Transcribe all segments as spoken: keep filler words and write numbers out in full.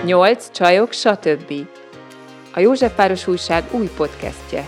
nyolc csajok, stb. A Józsefváros Újság új podcastje.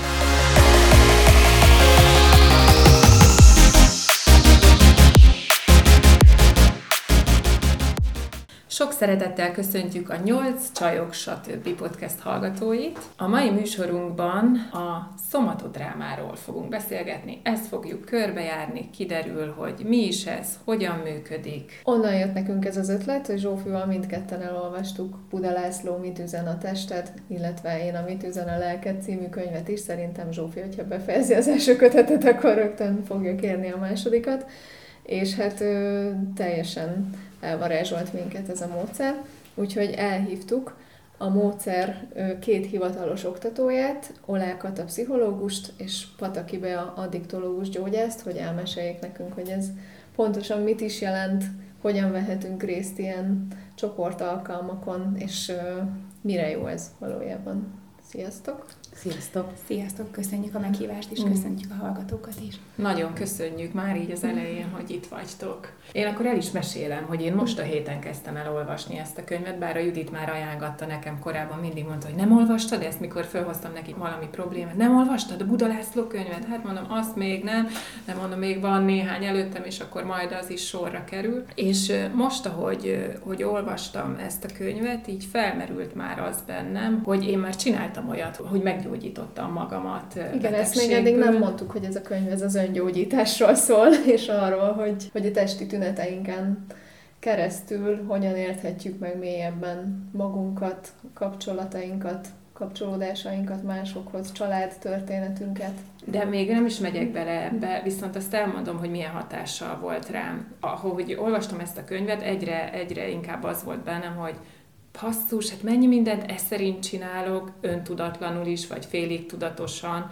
Sok szeretettel köszöntjük a nyolc csajok, stb. Podcast hallgatóit. A mai műsorunkban a szomatodrámáról fogunk beszélgetni, ezt fogjuk körbejárni, kiderül, hogy mi is ez, hogyan működik. Onnan jött nekünk ez az ötlet, hogy Zsófival mindketten elolvastuk Buda László Mit üzen a tested, illetve én a Mit üzen a lelked című könyvet is. Szerintem Zsófi, hogyha befejezi az első kötetet, akkor rögtön fogja kérni a másodikat. És hát ö, teljesen elvarázsolt minket ez a módszer, úgyhogy elhívtuk a módszer ö, két hivatalos oktatóját, Olákat a pszichológust és Pataki Bea a diktológus gyógyászt, hogy elmeséljék nekünk, hogy ez pontosan mit is jelent, hogyan vehetünk részt ilyen csoportalkalmakon, és ö, mire jó ez valójában. Sziasztok! Sziasztok! Sziasztok! Köszönjük a meghívást, és köszönjük a hallgatókat is. Nagyon köszönjük már így az elején, hogy itt vagytok. Én akkor el is mesélem, hogy én most a héten kezdtem el olvasni ezt a könyvet, bár a Judit már ajánlgatta nekem korábban, mindig mondta, hogy nem olvastad ezt, mikor felhoztam neki valami problémát. Nem olvastad a Buda László könyvet? Hát mondom, azt még nem, nem mondom, még van néhány előttem, és akkor majd az is sorra kerül. És most, ahogy hogy olvastam ezt a könyvet, így felmerült már az bennem, hogy én már csináltam olyat, hogy meggyógyítottam magamat. Igen, ezt még eddig nem mondtuk, hogy ez a könyv ez az öngyógyításról szól, és arról, hogy, hogy a testi tüneteinken keresztül hogyan érthetjük meg mélyebben magunkat, kapcsolatainkat, kapcsolódásainkat másokhoz, családtörténetünket. De még nem is megyek bele ebbe, viszont azt elmondom, hogy milyen hatással volt rám. Ahogy olvastam ezt a könyvet, egyre, egyre inkább az volt bennem, hogy basszus, hát mennyi mindent ezt szerint csinálok, öntudatlanul is, vagy félig tudatosan,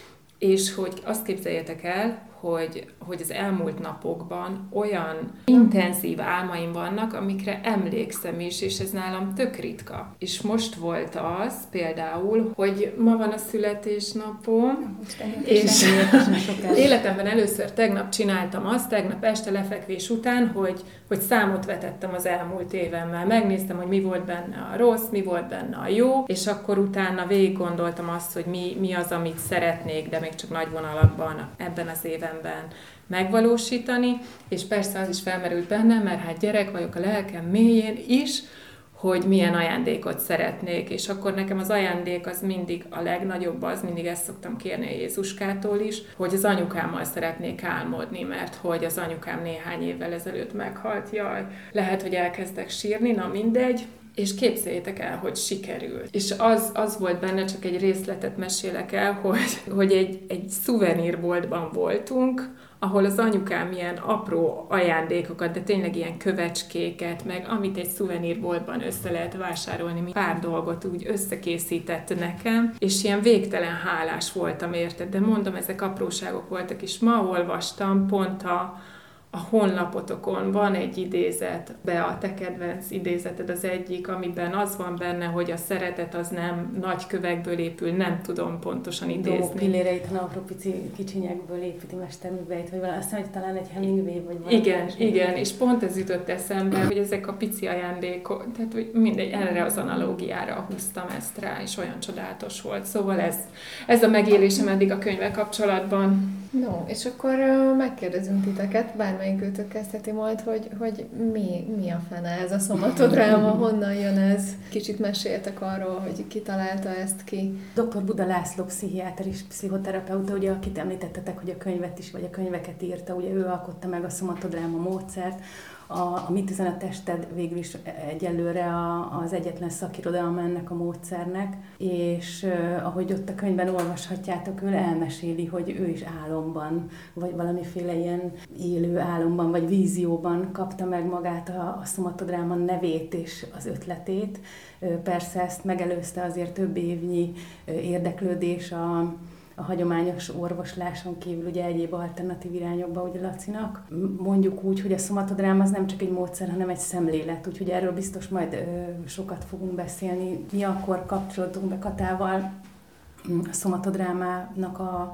és hogy azt képzeljetek el, hogy, hogy az elmúlt napokban olyan intenzív álmaim vannak, amikre emlékszem is, és ez nálam tök ritka. És most volt az például, hogy ma van a születésnapom, és életemben először tegnap csináltam azt, tegnap este lefekvés után, hogy, hogy számot vetettem az elmúlt évemmel. Megnéztem, hogy mi volt benne a rossz, mi volt benne a jó, és akkor utána végig gondoltam azt, hogy mi, mi az, amit szeretnék, de még csak nagy vonalakban ebben az éven megvalósítani, és persze az is felmerült bennem, mert hát gyerek vagyok a lelkem mélyén is, hogy milyen ajándékot szeretnék, és akkor nekem az ajándék az mindig a legnagyobb, az mindig ezt szoktam kérni a Jézuskától is, hogy az anyukámmal szeretnék álmodni, mert hogy az anyukám néhány évvel ezelőtt meghalt, jaj, lehet, hogy elkezdek sírni, na mindegy, és képzeljétek el, hogy sikerült. És az, az volt benne, csak egy részletet mesélek el, hogy, hogy egy, egy szuvenírboltban voltunk, ahol az anyukám ilyen apró ajándékokat, de tényleg ilyen kövecskéket, meg amit egy szuvenírboltban össze lehet vásárolni, pár dolgot úgy összekészített nekem, és ilyen végtelen hálás voltam érted, de mondom, ezek apróságok voltak, és ma olvastam pont a A honlapotokon van egy idézet, be a te kedvenc idézeted az egyik, amiben az van benne, hogy a szeretet az nem nagy kövekből épül, nem tudom pontosan idézni. Dolgok pilléreit, hanem apró pici kicsinyekből építi mesterműveit, vagy valami, azt hiszem, hogy talán egy Hemingway, vagy valami. Igen, igen, és pont ez jutott eszembe, hogy ezek a pici ajándékok, tehát hogy mindegy, erre az analógiára húztam ezt rá, és olyan csodálatos volt. Szóval ez, ez a megélésem eddig a könyvvel kapcsolatban. No, és akkor uh, megkérdezünk titeket, bármelyikőtök kezdheti majd, hogy, hogy mi, mi a fene ez a szomatodráma, honnan jön ez? Kicsit meséltek arról, hogy ki találta ezt ki. doktor Buda László pszichiáter és pszichoterapeuta, ugye akit említettetek, hogy a könyvet is, vagy a könyveket írta, ugye ő alkotta meg a szomatodráma módszert. A, a Mit üzen a tested végül is egyelőre a, az egyetlen szakirodalma ennek a módszernek, és uh, ahogy ott a könyvben olvashatjátok, ő elmeséli, hogy ő is álomban, vagy valamiféle ilyen élő álomban, vagy vízióban kapta meg magát a, a szomatodráma nevét és az ötletét. Uh, persze ezt megelőzte azért több évnyi uh, érdeklődés a a hagyományos orvosláson kívül ugye egyéb alternatív irányokba, ugye Lacinak. Mondjuk úgy, hogy a szomatodráma az nem csak egy módszer, hanem egy szemlélet, úgyhogy erről biztos majd ö, sokat fogunk beszélni. Mi akkor kapcsolódtunk be Katával a szomatodrámának a,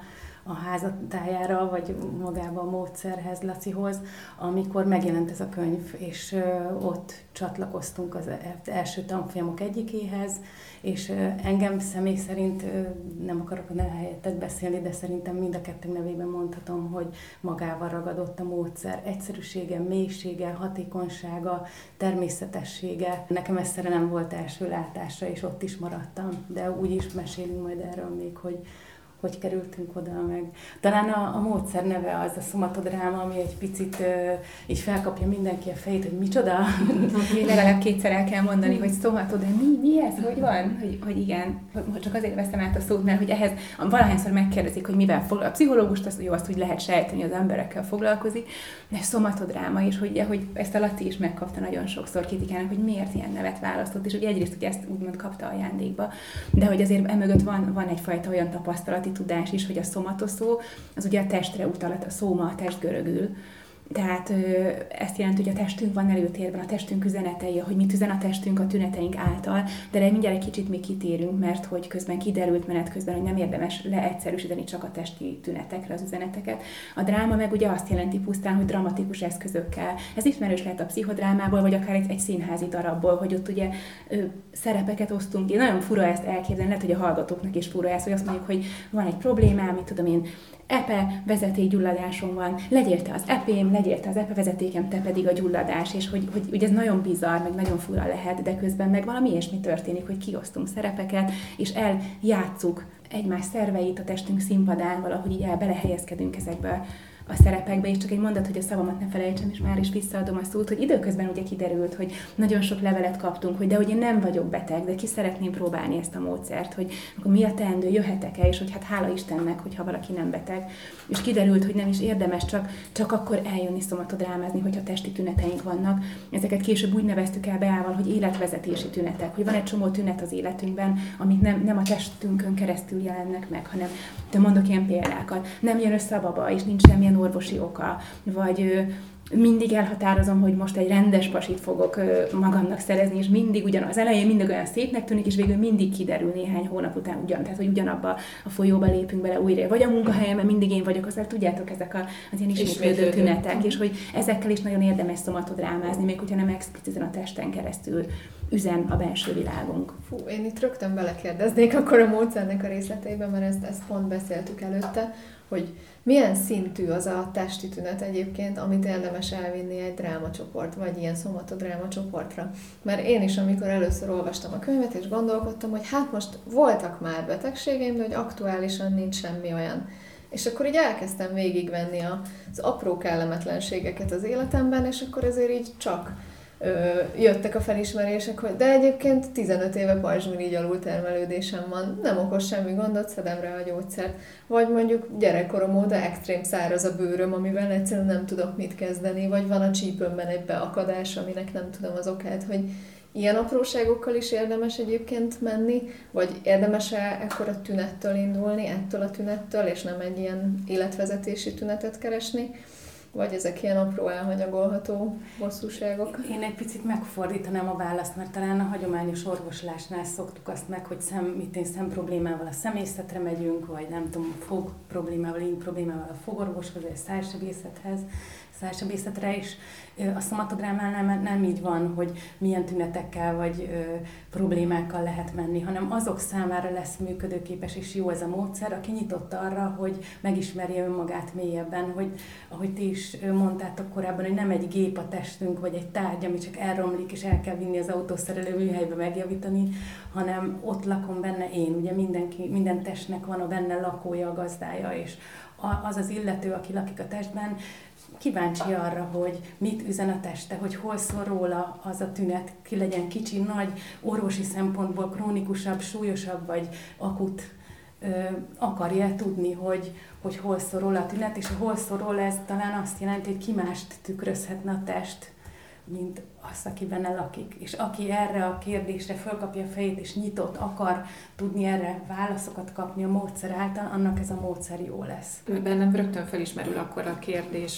a házatájára, vagy magába a módszerhez, Lacihoz, amikor megjelent ez a könyv, és ott csatlakoztunk az első tanfolyamok egyikéhez, és engem személy szerint, nem akarok a neve helyettet beszélni, de szerintem mind a kettő nevében mondhatom, hogy magával ragadott a módszer. Egyszerűsége, mélysége, hatékonysága, természetessége. Nekem ez szerelem volt első látásra, és ott is maradtam. De úgy is mesélünk majd erről még, hogy hogy kerültünk oda meg. Talán a, a módszer neve az a szomatodráma, ami egy picit uh, így felkapja mindenki a fejét, hogy micsoda. Legalább kétszer el kell mondani, hogy szomatodráma, mi, mi ez, hogy van? Hogy, hogy igen, hogy csak azért veszem át a szót, mert hogy ehhez valahányszor megkérdezik, hogy mivel foglalkozik. A pszichológust azt, jó, azt, hogy lehet sejteni, hogy az emberekkel foglalkozik, de szomatodráma, és hogy, hogy ezt a Laci is megkapta nagyon sokszor kritikának, hogy miért ilyen nevet választott, és hogy egyrészt hogy ezt úgymond kapta ajándékba, de hogy azért emögött van, van egyfajta olyan tapasztalat, tudás is, hogy a szomatoszó, az ugye a testre utal, a szóma a test görögül. Tehát ezt jelenti, hogy a testünk van előtérben, a testünk üzenetei, hogy mit üzen a testünk a tüneteink által, de erre mindjárt egy kicsit még kitérünk, mert hogy közben kiderült menet közben, hogy nem érdemes leegyszerűsíteni csak a testi tünetekre az üzeneteket. A dráma meg ugye azt jelenti pusztán, hogy dramatikus eszközökkel. Ez ismerős lehet a pszichodrámából, vagy akár egy, egy színházi darabból, hogy ott ugye ö, szerepeket osztunk. Én nagyon fura ezt elképzelni, lehet, hogy a hallgatóknak is fura ez, hogy azt mondjuk, hogy van egy problémám, mit tudom én, epe vezetékgyulladásom van, legyél te az epém, legyél te az epe vezetékem, te pedig a gyulladás, és hogy, hogy ugye ez nagyon bizarr, meg nagyon fura lehet, de közben meg valami ilyesmi történik, hogy kiosztunk szerepeket, és eljátszuk egymás szerveit a testünk színpadán, valahogy így el belehelyezkedünk ezekbe a szerepekbe, és csak egy mondat, hogy a szavamat ne felejtsem, és már is visszaadom a szót, hogy időközben ugye kiderült, hogy nagyon sok levelet kaptunk, hogy de hogy én nem vagyok beteg, de ki szeretném próbálni ezt a módszert, hogy akkor mi a teendő, jöhetek-e, és hogy hát hála Istennek, hogyha valaki nem beteg. És kiderült, hogy nem is érdemes csak, csak akkor eljönni szomatodrámázni, hogyha testi tüneteink vannak. Ezeket később úgy neveztük el Beával, hogy életvezetési tünetek, hogy van egy csomó tünet az életünkben, amik nem, nem a testünkön keresztül jelennek meg, hanem de mondok ilyen példákat. Nem jön össze a baba, és nincs semmilyen orvosi oka, vagy mindig elhatározom, hogy most egy rendes pasit fogok magamnak szerezni, és mindig ugyanaz. Az elején mindig olyan szépnek tűnik, és végül mindig kiderül néhány hónap után ugyan, tehát hogy ugyanabba a folyóba lépünk bele újra. Vagy a munkahelyemen mindig én vagyok, azért tudjátok, ezek a, az ilyen ismétlődő tünetek, és hogy ezekkel is nagyon érdemes szomatodrámázni, még hogyha nem expliciten a testen keresztül üzen a belső világunk. Fú, én itt rögtön belekérdeznék akkor a módszernek a részleteiben, mert ezt, ezt pont beszéltük előtte, hogy milyen szintű az a testi tünet egyébként, amit érdemes elvinni egy drámacsoport, vagy ilyen szomatodrámacsoportra. Mert én is, amikor először olvastam a könyvet, és gondolkodtam, hogy hát most voltak már betegségeim, de hogy aktuálisan nincs semmi olyan. És akkor így elkezdtem végigvenni az apró kellemetlenségeket az életemben, és akkor ezért így csak ö, jöttek a felismerések, hogy de egyébként tizenöt éve pajzsmirigy alultermelődésem van, nem okoz semmi gondot, szedem rá a gyógyszert. Vagy mondjuk gyerekkorom óta extrém száraz a bőröm, amivel egyszerűen nem tudok mit kezdeni, vagy van a csípőmben egy beakadás, aminek nem tudom az okát, hogy ilyen apróságokkal is érdemes egyébként menni, vagy érdemes-e ekkora tünettől indulni, ettől a tünettől, és nem egy ilyen életvezetési tünetet keresni, vagy ezek ilyen apró elhanyagolható bosszúságok? Én egy picit megfordítanám a választ, mert talán a hagyományos orvoslásnál szoktuk azt meg, hogy szem, mit én szem problémával a szemészetre megyünk, vagy nem tudom, fog problémával, íny problémával a fogorvoshoz, vagy a szájsebészethez, szájsebészetre is. A szomatodrámánál nem, nem így van, hogy milyen tünetekkel vagy ö, problémákkal lehet menni, hanem azok számára lesz működőképes és jó ez a módszer, aki nyitott arra, hogy megismerje önmagát mélyebben, hogy ahogy ti is mondtátok korábban, hogy nem egy gép a testünk, vagy egy tárgy, ami csak elromlik, és el kell vinni az autószerelő műhelybe megjavítani, hanem ott lakom benne én. Ugye mindenki, minden testnek van a benne lakója, a gazdája, és az az illető, aki lakik a testben, kíváncsi arra, hogy mit üzen a teste, hogy hol szól róla az a tünet, ki legyen kicsi, nagy, orvosi szempontból krónikusabb, súlyosabb vagy akut, ö, akarja tudni, hogy, hogy hol szól róla a tünet, és a hol szól róla ez talán azt jelenti, hogy ki mást tükrözhetne a test, mint az, aki benne lakik. És aki erre a kérdésre fölkapja a fejét, és nyitott, akar tudni erre válaszokat kapni a módszer által, annak ez a módszer jó lesz. Bennem rögtön felismerül akkor a kérdés,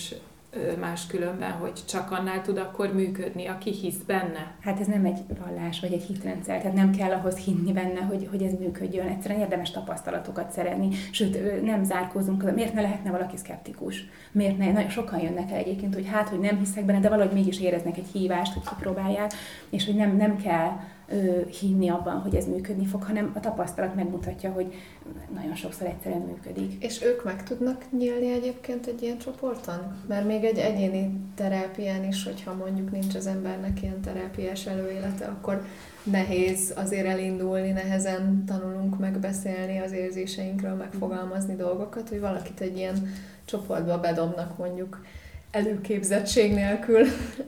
máskülönben, hogy csak annál tud akkor működni, aki hisz benne. Hát ez nem egy vallás, vagy egy hitrendszer, tehát nem kell ahhoz hinni benne, hogy, hogy ez működjön. Egyszerűen érdemes tapasztalatokat szerezni, sőt, nem zárkózunk. Miért ne lehetne valaki szkeptikus? Miért ne? Nagyon sokan jönnek el egyébként, hogy hát, hogy nem hiszek benne, de valahogy mégis éreznek egy hívást, hogy kipróbálják, és hogy nem, nem kell ö, hinni abban, hogy ez működni fog, hanem a tapasztalat megmutatja, hogy nagyon sokszor egyszerűen működik. És ők meg tudnak nyílni egyébként egy ilyen csoporton? Mert még egy egyéni terápián is, hogyha mondjuk nincs az embernek ilyen terápiás előélete, akkor nehéz azért elindulni, nehezen tanulunk megbeszélni az érzéseinkről, megfogalmazni dolgokat, hogy valakit egy ilyen csoportba bedobnak mondjuk előképzettség nélkül.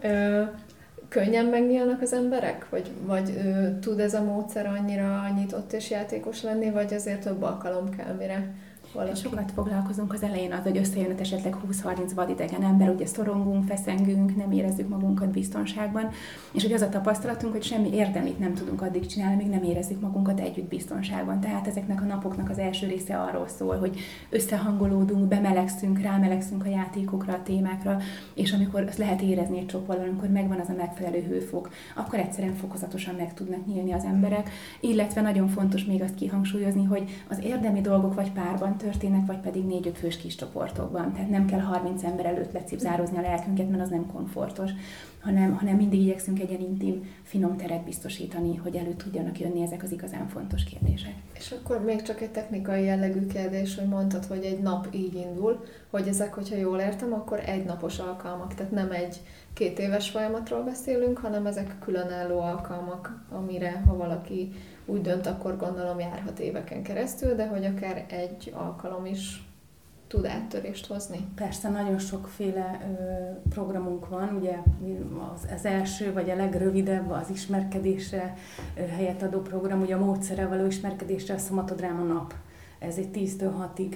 Könnyen megnyílnak az emberek? Vagy, vagy ö, tud ez a módszer annyira nyitott és játékos lenni, vagy azért több alkalom kell, mire valaki... Sokat foglalkozunk az elején az, hogy összejön esetleg húsz-harminc vadidegen ember, ugye szorongunk, feszengünk, nem érezzük magunkat biztonságban, és hogy az a tapasztalatunk, hogy semmi érdemét nem tudunk addig csinálni, míg nem érezzük magunkat együtt biztonságban. Tehát ezeknek a napoknak az első része arról szól, hogy összehangolódunk, bemelegszünk, rámelegszünk a játékokra, a témákra, és amikor azt lehet érezni egy csoportban, amikor megvan az a megfelelő hőfok, akkor egyszerűen fokozatosan meg tudnak nyílni az emberek, illetve nagyon fontos még azt kihangsúlyozni, hogy az érdemi dolgok vagy párban történnek, vagy pedig négy-öt fős kis csoportokban. Tehát nem kell harminc ember előtt lecipzározni a lelkünket, mert az nem komfortos, hanem, hanem mindig igyekszünk egy ilyen intim, finom teret biztosítani, hogy elő tudjanak jönni ezek az igazán fontos kérdések. És akkor még csak egy technikai jellegű kérdés, hogy mondtad, hogy egy nap így indul, hogy ezek, hogyha jól értem, akkor egy napos alkalmak, tehát nem egy két éves folyamatról beszélünk, hanem ezek különálló alkalmak, amire, ha valaki úgy dönt, akkor gondolom járhat éveken keresztül, de hogy akár egy alkalom is tud áttörést hozni. Persze, nagyon sokféle ö, programunk van, ugye az, az első, vagy a legrövidebb az ismerkedésre ö, helyet adó program, ugye a módszerrel való ismerkedésre a szomatodráma nap. Ez egy tíztől hatig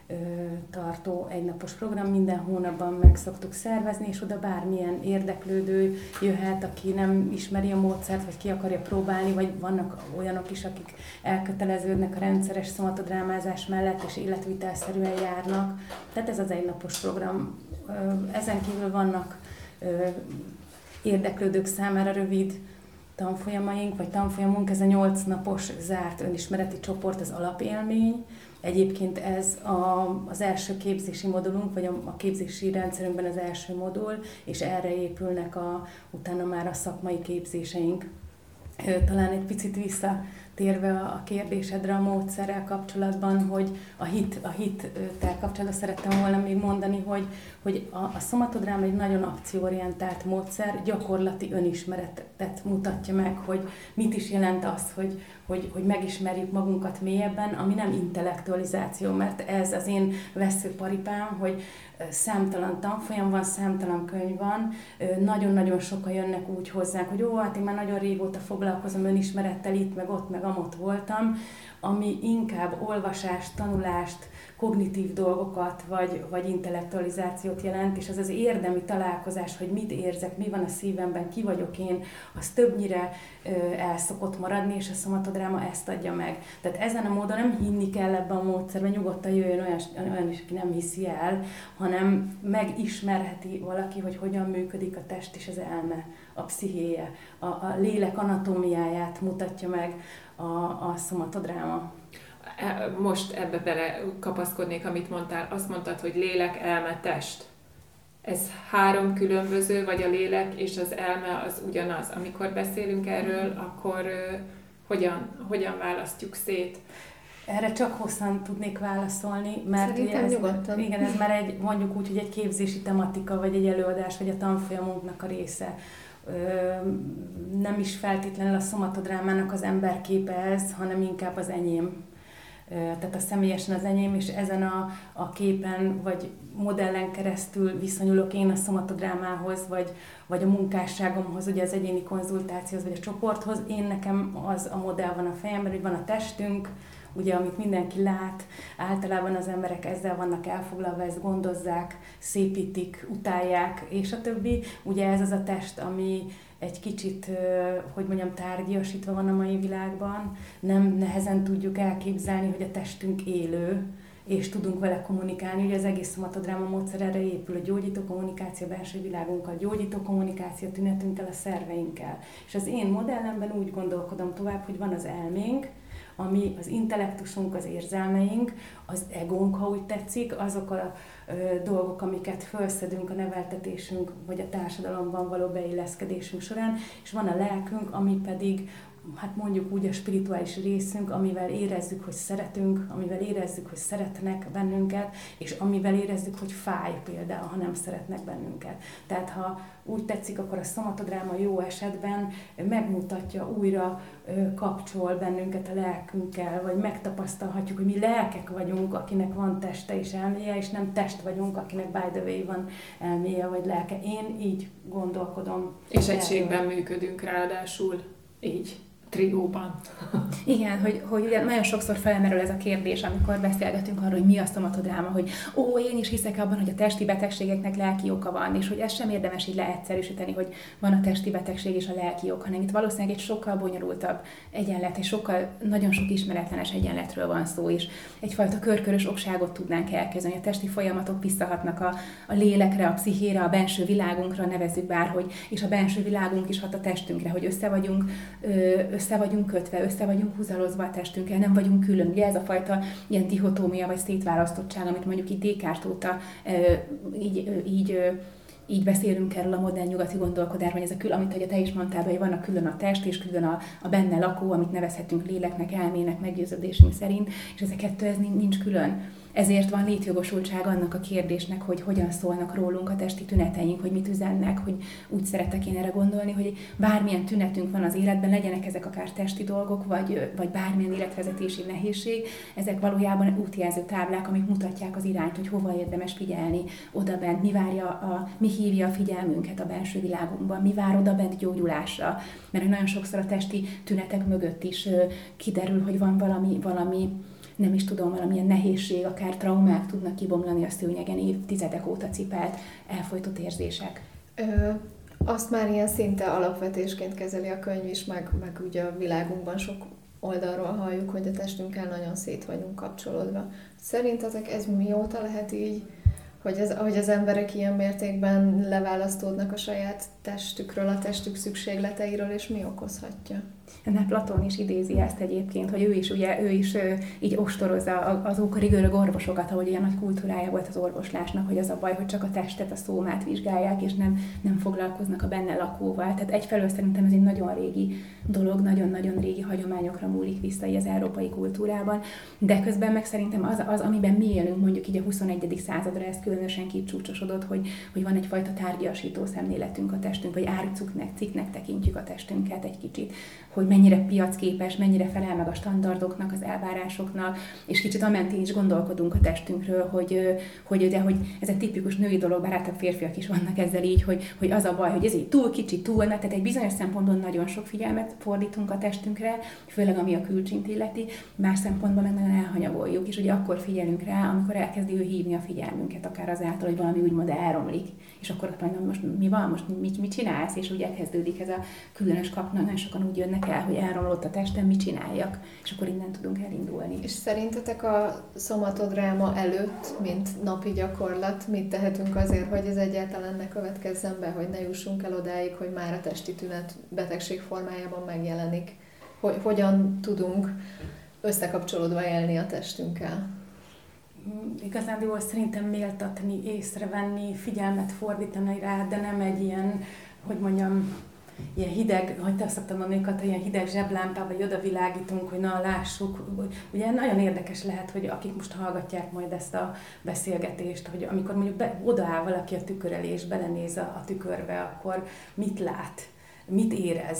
tartó egynapos program, minden hónapban meg szoktuk szervezni, és oda bármilyen érdeklődő jöhet, aki nem ismeri a módszert, vagy ki akarja próbálni, vagy vannak olyanok is, akik elköteleződnek a rendszeres szomatodrámázás mellett, és életvitelszerűen járnak. Tehát ez az egynapos program. Ezen kívül vannak érdeklődők számára rövid tanfolyamaink, vagy tanfolyamunk, ez a nyolc napos zárt önismereti csoport, az alapélmény. Egyébként ez a, az első képzési modulunk, vagy a, a képzési rendszerünkben az első modul, és erre épülnek a, utána már a szakmai képzéseink. Talán egy picit visszatérve a kérdésedre a módszerrel kapcsolatban, hogy a hit, a hittel kapcsolatban szerettem volna még mondani, hogy, hogy a, a szomatodráma egy nagyon akcióorientált módszer, gyakorlati önismeretet mutatja meg, hogy mit is jelent az, hogy, hogy, hogy megismerjük magunkat mélyebben, ami nem intellektualizáció, mert ez az én veszőparipám, hogy számtalan tanfolyam van, számtalan könyv van, nagyon-nagyon sokan jönnek úgy hozzánk, hogy ó, hát én már nagyon régóta foglalkozom önismerettel, itt, meg ott, meg amott voltam, ami inkább olvasást, tanulást, kognitív dolgokat, vagy, vagy intellektualizációt jelent, és az az érdemi találkozás, hogy mit érzek, mi van a szívemben, ki vagyok én, az többnyire ö, el szokott maradni, és a szomatodráma ezt adja meg. Tehát ezen a módon nem hinni kell ebben a módszerben, nyugodtan jöjjön olyan, olyan is, aki nem hiszi el, hanem megismerheti valaki, hogy hogyan működik a test és az elme, a pszichéje, a, a lélek anatómiáját mutatja meg a, a szomatodráma. Most ebbe bele kapaszkodnék, amit mondtál. Azt mondtad, hogy lélek, elme, test. Ez három különböző, vagy a lélek és az elme az ugyanaz. Amikor beszélünk erről, akkor uh, hogyan, hogyan választjuk szét? Erre csak hosszan tudnék válaszolni, mert ugye ez, igen, ez már egy, mondjuk úgy, hogy egy képzési tematika, vagy egy előadás, vagy a tanfolyamunknak a része. Nem is feltétlenül a szomatodrámának az emberképe ez, hanem inkább az enyém. Tehát a személyesen az enyém, és ezen a, a képen, vagy modellen keresztül viszonyulok én a szomatodrámához, vagy, vagy a munkásságomhoz, ugye az egyéni konzultációhoz, vagy a csoporthoz. Én nekem az a modell van a fejemben, hogy van a testünk, ugye, amit mindenki lát, általában az emberek ezzel vannak elfoglalva, ezt gondozzák, szépítik, utálják, és a többi. Ugye ez az a test, ami egy kicsit, hogy mondjam, tárgyasítva van a mai világban. Nem nehezen tudjuk elképzelni, hogy a testünk élő, és tudunk vele kommunikálni. Ugye az egész szomatodráma módszer erre épül, a gyógyító kommunikáció, a belső világunkkal, gyógyító kommunikáció, tünetünkkel, a szerveinkkel. És az én modellemben úgy gondolkodom tovább, hogy van az elménk, ami az intellektusunk, az érzelmeink, az egónk, ha úgy tetszik, azok a ö, dolgok, amiket felszedünk a neveltetésünk, vagy a társadalomban való beilleszkedésünk során, és van a lelkünk, ami pedig hát mondjuk úgy a spirituális részünk, amivel érezzük, hogy szeretünk, amivel érezzük, hogy szeretnek bennünket, és amivel érezzük, hogy fáj például, ha nem szeretnek bennünket. Tehát ha úgy tetszik, akkor a szomatodráma jó esetben megmutatja, újra kapcsol bennünket a lelkünkkel, vagy megtapasztalhatjuk, hogy mi lelkek vagyunk, akinek van teste és elméje, és nem test vagyunk, akinek by the way van elméje vagy lelke. Én így gondolkodom. És egységben működünk ráadásul, így. Trióban. Igen, hogy, hogy ugye nagyon sokszor felmerül ez a kérdés, amikor beszélgetünk arról, hogy mi a szomatodráma, hogy ó, én is hiszek abban, hogy a testi betegségeknek lelki oka van, és hogy ezt sem érdemes így leegyszerűsíteni, hogy van a testi betegség és a lelki ok, hanem itt valószínűleg egy sokkal bonyolultabb egyenlet, egy sokkal nagyon sok ismeretlenes egyenletről van szó, és egyfajta körkörös okságot tudnánk elkezdeni. A testi folyamatok visszahatnak a, a lélekre, a pszichére, a benső világunkra, nevezzük bárhogy, és a benső világunk is hat a testünkre, hogy össze vagyunk ö, össze vagyunk kötve, össze vagyunk húzalozva a testünkkel, nem vagyunk külön. Ugye ez a fajta ilyen dihotómia vagy szétválasztottság, amit mondjuk itt Descartes óta így, így, így beszélünk erről a modern nyugati gondolkodásban, ez a kül, amit ugye te is mondtál, hogy vannak külön a test és külön a, a benne lakó, amit nevezhetünk léleknek, elmének, meggyőződésünk szerint, és ez a kettő ez nincs külön. Ezért van létjogosultság annak a kérdésnek, hogy hogyan szólnak rólunk a testi tüneteink, hogy mit üzennek, hogy úgy szeretek én erre gondolni, hogy bármilyen tünetünk van az életben, legyenek ezek akár testi dolgok, vagy, vagy bármilyen életvezetési nehézség, ezek valójában útjelző táblák, amik mutatják az irányt, hogy hova érdemes figyelni odabent, mi várja, a, mi hívja a figyelmünket a belső világunkban, mi vár odabent gyógyulásra, mert nagyon sokszor a testi tünetek mögött is kiderül, hogy van valami, valami nem is tudom, valamilyen nehézség, akár traumák tudnak kibomlani a szőnyegen, évtizedek óta cipelt, elfojtott érzések. Ö, azt már ilyen szinte alapvetésként kezeli a könyv is, meg, meg ugye a világunkban sok oldalról halljuk, hogy a testünkkel nagyon szét vagyunk kapcsolódva. Szerintetek ez mióta lehet így, hogy az, hogy az emberek ilyen mértékben leválasztódnak a saját testükről, a testük szükségleteiről, és mi okozhatja? Ennek Platón is idézi ezt egyébként, hogy ő is, ugye, ő is ő, így ostorozza az ókori görög orvosokat, ahogy ilyen nagy kultúrája volt az orvoslásnak, hogy az a baj, hogy csak a testet, a szómát vizsgálják, és nem, nem foglalkoznak a benne lakóval. Tehát egyfelől szerintem ez egy nagyon régi dolog, nagyon-nagyon régi hagyományokra múlik vissza így az európai kultúrában, de közben meg szerintem az, az amiben mi élünk, mondjuk így a huszonegyedik századra ez különösen kicsúcsosodott, hogy, hogy van egyfajta tárgyasító szemléletünk a testünk, vagy árcuknek, cikknek tekintjük a testünket egy kicsit, hogy mennyire piacképes, mennyire felel meg a standardoknak, az elvárásoknak, és kicsit amentén is gondolkodunk a testünkről, hogy, hogy, ugye, hogy ez egy tipikus női dolog, bár általában férfiak is vannak ezzel így, hogy, hogy az a baj, hogy ez így túl kicsi, túl nagy, tehát egy bizonyos szempontból nagyon sok figyelmet fordítunk a testünkre, főleg ami a külcsint illeti, más szempontból meg nagyon elhanyagoljuk, és ugye akkor figyelünk rá, amikor elkezdi ő hívni a figyelmünket, akár azáltal, hogy valami úgymond elromlik, és akkor azt mondja, most mi van, most mit, mit csinálsz, és ugye elkezdődik ez a különös kap, nagyon sokan úgy jönnek el, hogy elromlott a testem, mit csináljak, és akkor innen tudunk elindulni. És szerintetek a szomatodráma előtt, mint napi gyakorlat, mit tehetünk azért, hogy ez egyáltalán ne következzen be, hogy ne jussunk el odáig, hogy már a testi tünet betegség formájában megjelenik? Hogy hogyan tudunk összekapcsolódva élni a testünkkel? Igazándiból szerintem méltatni, észrevenni, figyelmet fordítani rá, de nem egy ilyen, hogy mondjam, ilyen hideg, hogy te azt szoktam mondani, hogy ilyen hideg zseblámpával, vagy odavilágítunk, hogy na, lássuk. Ugye nagyon érdekes lehet, hogy akik most hallgatják majd ezt a beszélgetést, hogy amikor mondjuk be, odaáll valaki a tükör elé, és belenéz a, a tükörbe, akkor mit lát? Mit érez?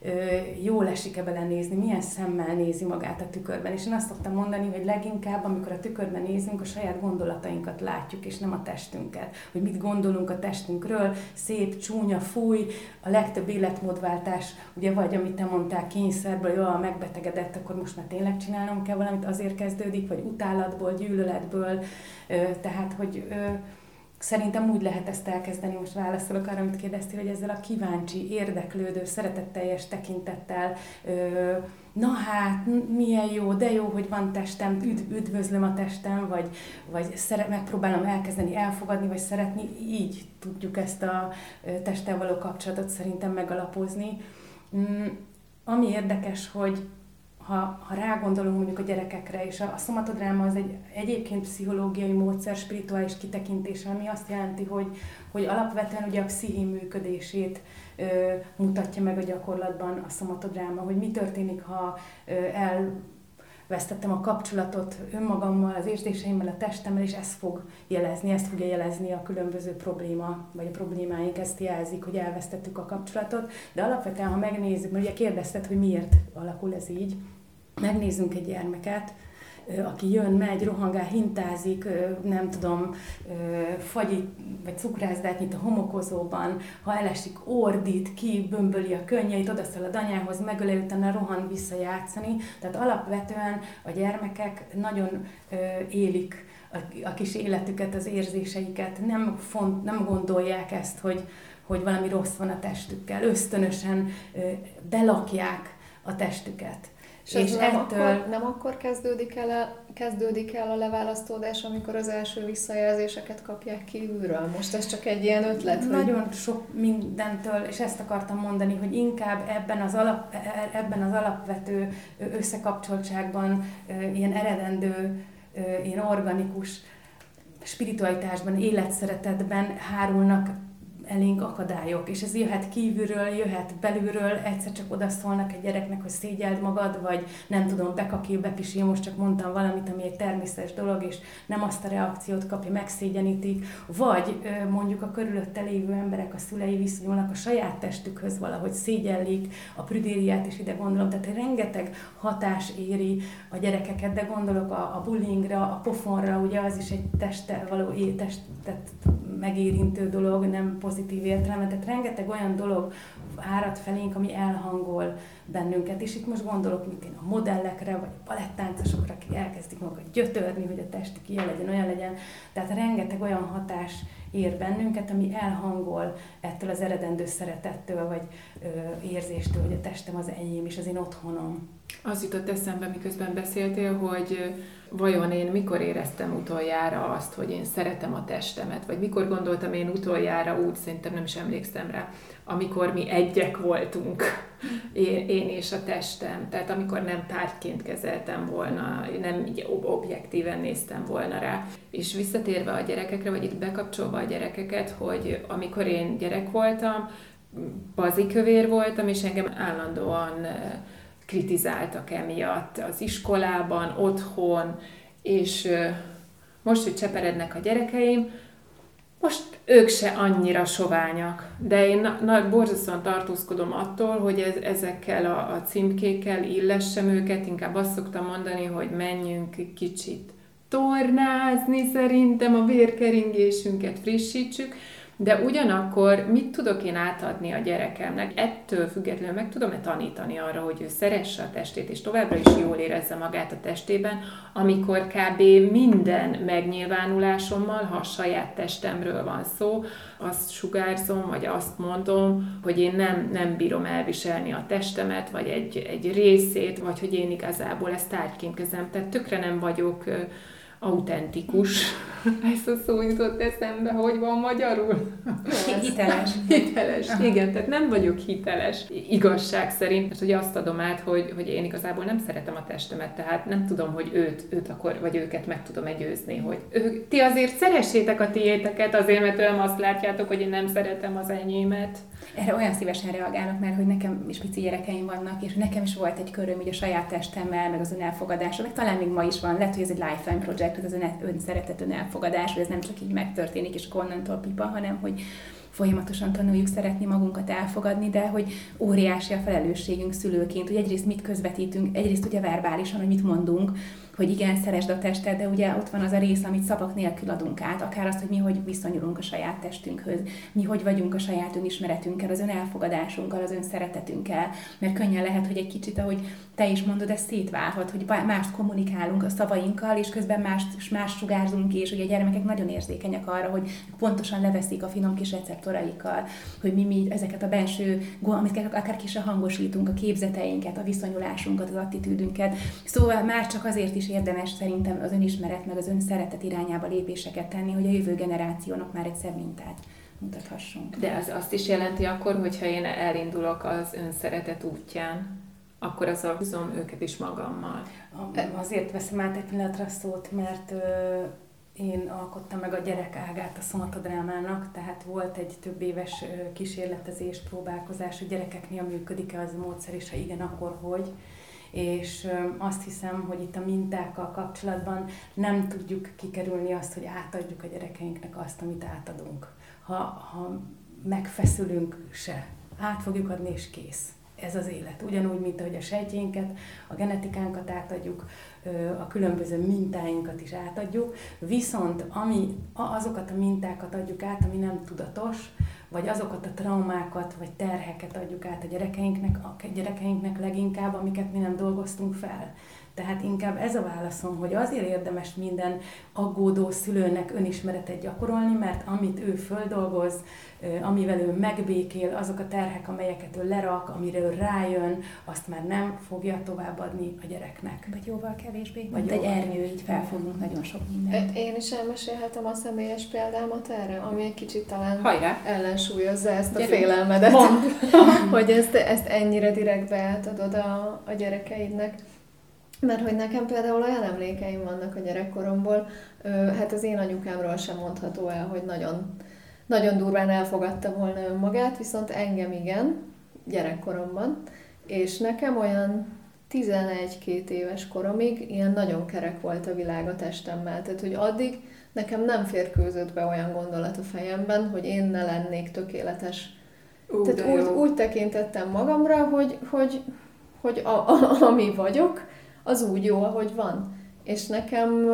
Jól esik-e belenézni? Milyen szemmel nézi magát a tükörben? És én azt szoktam mondani, hogy leginkább, amikor a tükörben nézünk, a saját gondolatainkat látjuk, és nem a testünket. Hogy mit gondolunk a testünkről, szép, csúnya, fúj, a legtöbb életmódváltás, ugye vagy amit te mondtál, kényszerből, jó, megbetegedett, akkor most már tényleg csinálnom kell valamit, azért kezdődik, vagy utálatból, gyűlöletből, tehát, hogy Szerintem úgy lehet ezt elkezdeni, most válaszolok arra, amit kérdeztél, hogy ezzel a kíváncsi, érdeklődő, szeretetteljes tekintettel, ö, na hát, milyen jó, de jó, hogy van testem, üdv, üdvözlöm a testem, vagy, vagy szeret, megpróbálom elkezdeni elfogadni, vagy szeretni, így tudjuk ezt a testtel való kapcsolatot szerintem megalapozni. Mm, ami érdekes, hogy Ha, ha rágondolunk mondjuk a gyerekekre, és a, a szomatodráma az egy egyébként pszichológiai módszer, spirituális kitekintés, ami azt jelenti, hogy, hogy alapvetően ugye a psziché működését ö, mutatja meg a gyakorlatban a szomatodráma, hogy mi történik, ha ö, elvesztettem a kapcsolatot önmagammal, az érzéseimmel, a testemmel, és ez fog jelezni, ezt fogja jelezni a különböző probléma, vagy a problémáink ezt jelzik, hogy elvesztettük a kapcsolatot, de alapvetően, ha megnézzük, mert ugye kérdezted, hogy miért alakul ez így, megnézzünk egy gyermeket, aki jön, megy, rohangál, hintázik, nem tudom, fagyit vagy cukrászdát nyit a homokozóban, ha elesik, ordít, ki, bömböli a könnyeit, odaszalad anyához, megöle, utána rohan vissza játszani. Tehát alapvetően a gyermekek nagyon élik a kis életüket, az érzéseiket, nem, font, nem gondolják ezt, hogy, hogy valami rossz van a testükkel, ösztönösen belakják a testüket. És, és nem, ettől... akkor, nem akkor kezdődik el, kezdődik el a leválasztódás, amikor az első visszajelzéseket kapják kívülről? Most ez csak egy ilyen ötlet? Nagyon hogy... sok mindentől, és ezt akartam mondani, hogy inkább ebben az, alap, ebben az alapvető összekapcsoltságban, ilyen eredendő, ilyen organikus spiritualitásban, életszeretetben hárulnak elénk akadályok, és ez jöhet kívülről, jöhet belülről, egyszer csak odaszólnak egy gyereknek, hogy szégyeld magad, vagy nem tudom, bekakil, bepisil, most csak mondtam valamit, ami egy természetes dolog, és nem azt a reakciót kapja, megszégyenítik, vagy mondjuk a körülötte lévő emberek, a szülei viszonyulnak a saját testükhöz valahogy, szégyellik, a prüdériát is ide gondolom, tehát rengeteg hatás éri a gyerekeket, de gondolok a, a bullyingra, a pofonra, ugye az is egy testtel való testet megérintő dolog, nem pozitív értelemben, tehát rengeteg olyan dolog árad felénk, ami elhangol bennünket, és itt most gondolok, mint én a modellekre, vagy a balettáncosokra, akik elkezdik magukat gyötörni, hogy a testük ilyen legyen, olyan legyen, tehát rengeteg olyan hatás ér bennünket, ami elhangol ettől az eredendő szeretettől, vagy ö, érzéstől, hogy a testem az enyém, és az én otthonom. Az jutott eszembe, miközben beszéltél, hogy vajon én mikor éreztem utoljára azt, hogy én szeretem a testemet, vagy mikor gondoltam én utoljára úgy, szerintem nem is emlékszem rá, amikor mi egyek voltunk, én, én és a testem. Tehát amikor nem tárgyként kezeltem volna, nem így objektíven néztem volna rá. És visszatérve a gyerekekre, vagy itt bekapcsolva a gyerekeket, hogy amikor én gyerek voltam, bazikövér voltam, és engem állandóan kritizáltak emiatt az iskolában, otthon, és most, hogy cseperednek a gyerekeim, most ők se annyira soványak, de én na, na, borzasztóan tartózkodom attól, hogy ez, ezekkel a, a címkékkel illessem őket, inkább azt szoktam mondani, hogy menjünk kicsit tornázni, szerintem a vérkeringésünket frissítsük, de ugyanakkor mit tudok én átadni a gyerekemnek? Ettől függetlenül meg tudom-e tanítani arra, hogy ő szeresse a testét, és továbbra is jól érezze magát a testében, amikor kb. Minden megnyilvánulásommal, ha a saját testemről van szó, azt sugárzom, vagy azt mondom, hogy én nem, nem bírom elviselni a testemet, vagy egy, egy részét, vagy hogy én igazából ezt tárgyként kezem. Tehát tökre nem vagyok autentikus. Ez a szó jutott eszembe, hogy van magyarul? Hiteles. Hiteles, igen, tehát nem vagyok hiteles igazság szerint, mert ugye azt adom át, hogy, hogy én igazából nem szeretem a testemet, tehát nem tudom, hogy őt, őt akkor, vagy őket meg tudom-e győzni, hogy ők, ti azért szeressétek a tiéteket, azért, mert tőlem azt látjátok, hogy én nem szeretem az enyémet. Erre olyan szívesen reagálok, mert hogy nekem is pici gyerekeim vannak, és nekem is volt egy köröm így a saját testemmel, meg az önelfogadása, meg talán még ma is van, lehet, hogy ez egy lifetime project, hogy az önszeretet, önelfogadás, hogy ez nem csak így megtörténik, és onnantól pipa, hanem hogy folyamatosan tanuljuk szeretni magunkat, elfogadni, de hogy óriási a felelősségünk szülőként, hogy egyrészt mit közvetítünk, egyrészt ugye verbálisan, hogy mit mondunk, hogy igen, szeresd a tested, de ugye ott van az a rész, amit szavak nélkül adunk át, akár azt, hogy mi hogy viszonyulunk a saját testünkhöz, mi hogy vagyunk a saját önismeretünkkel, az önelfogadásunkkal, az önszeretetünkkel, mert könnyen lehet, hogy egy kicsit, ahogy te is mondod, ez szétválhat, hogy mást kommunikálunk a szavainkkal, és közben mást, mást sugárzunk, és ugye a gyermekek nagyon érzékenyek arra, hogy pontosan leveszik a finom kis receptoraikkal, hogy mi, mi ezeket a benső, amit akár ki se hangosítunk, a képzeteinket, a viszonyulásunkat, az attitűdünket. Szóval már csak azért is érdemes szerintem az önismeret, meg az önszeretet irányába lépéseket tenni, hogy a jövő generációnak már egy szebb mintát mutathassunk. De az azt is jelenti akkor, hogyha én elindulok az önszeretet útján, akkor az a húzom őket is magammal. Azért veszem át egy pillanatra szót, mert ö, én alkottam meg a gyerek ágát a szomatodrámának, tehát volt egy több éves ö, kísérletezés, próbálkozás, hogy gyerekeknél működik-e az a módszer, és ha igen, akkor hogy. És ö, azt hiszem, hogy itt a mintákkal kapcsolatban nem tudjuk kikerülni azt, hogy átadjuk a gyerekeinknek azt, amit átadunk. Ha, ha megfeszülünk se, át fogjuk adni, és kész. Ez az élet. Ugyanúgy, mint ahogy a sejtjénket, a genetikánkat átadjuk, a különböző mintáinkat is átadjuk, viszont ami, azokat a mintákat adjuk át, ami nem tudatos, vagy azokat a traumákat, vagy terheket adjuk át a gyerekeinknek, a gyerekeinknek leginkább, amiket mi nem dolgoztunk fel. Tehát inkább ez a válaszom, hogy azért érdemes minden aggódó szülőnek önismeretet gyakorolni, mert amit ő földolgoz, amivel ő megbékél, azok a terhek, amelyeket ő lerak, amire ő rájön, azt már nem fogja továbbadni a gyereknek. Vagy jóval kevésbé. Vagy Vagy egy ernyő, így felfogunk nagyon sok mindent. Én is elmesélhetem a személyes példámat erre, ami egy kicsit talán Hajrá. ellensúlyozza ezt a Gyerünk. félelmedet, hogy ezt, ezt ennyire direktbe átadod a, a gyerekeidnek. Mert hogy nekem például olyan emlékeim vannak a gyerekkoromból, hát az én anyukámról sem mondható el, hogy nagyon, nagyon durván elfogadta volna önmagát, viszont engem igen, gyerekkoromban, és nekem olyan tizenegy-két éves koromig ilyen nagyon kerek volt a világ a testemmel, tehát hogy addig nekem nem férkőzött be olyan gondolat a fejemben, hogy én ne lennék tökéletes. Ú, tehát úgy, úgy tekintettem magamra, hogy, hogy, hogy a, a, ami vagyok, az úgy jó, ahogy van. És nekem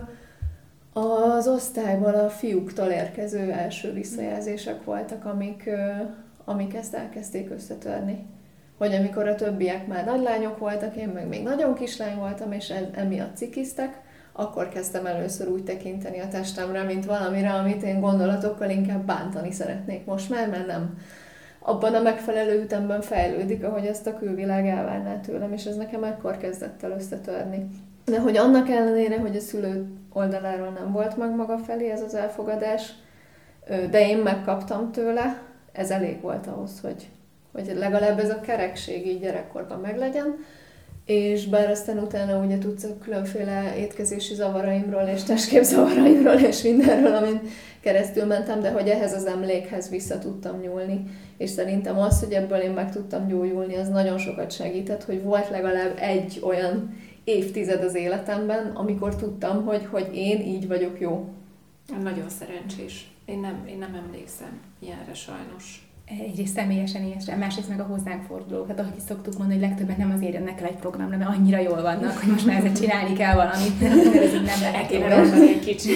az osztályból a fiúktól érkező első visszajelzések voltak, amik, amik ezt elkezdték összetörni. Hogy amikor a többiek már nagylányok voltak, én meg még nagyon kislány voltam, és emiatt cikiztek, akkor kezdtem először úgy tekinteni a testemre, mint valamire, amit én gondolatokkal inkább bántani szeretnék most már, mert nem abban a megfelelő ütemben fejlődik, ahogy ezt a külvilág elvárná tőlem, és ez nekem ekkor kezdett el összetörni. De hogy annak ellenére, hogy a szülő oldaláról nem volt meg maga felé ez az elfogadás, de én megkaptam tőle, ez elég volt ahhoz, hogy, hogy legalább ez a kerekség így gyerekkorban meglegyen, és bár aztán utána ugye tudsz a különféle étkezési zavaraimról és testkép zavaraimról és mindenről, amin keresztül mentem, de hogy ehhez az emlékhez vissza tudtam nyúlni. És szerintem az, hogy ebből én meg tudtam gyógyulni, az nagyon sokat segített, hogy volt legalább egy olyan évtized az életemben, amikor tudtam, hogy, hogy én így vagyok jó. Nagyon szerencsés. Én nem, én nem emlékszem ilyenre sajnos. Egyrészt személyesen észre, másrészt meg a hozzánk fordulók. Hát ahogy is szoktuk mondani, hogy legtöbben nem azért jönnek el egy programra, mert annyira jól vannak, hogy most már ezzel csinálni kell valamit, mert ez így nem lehet kéne rontani egy kicsit.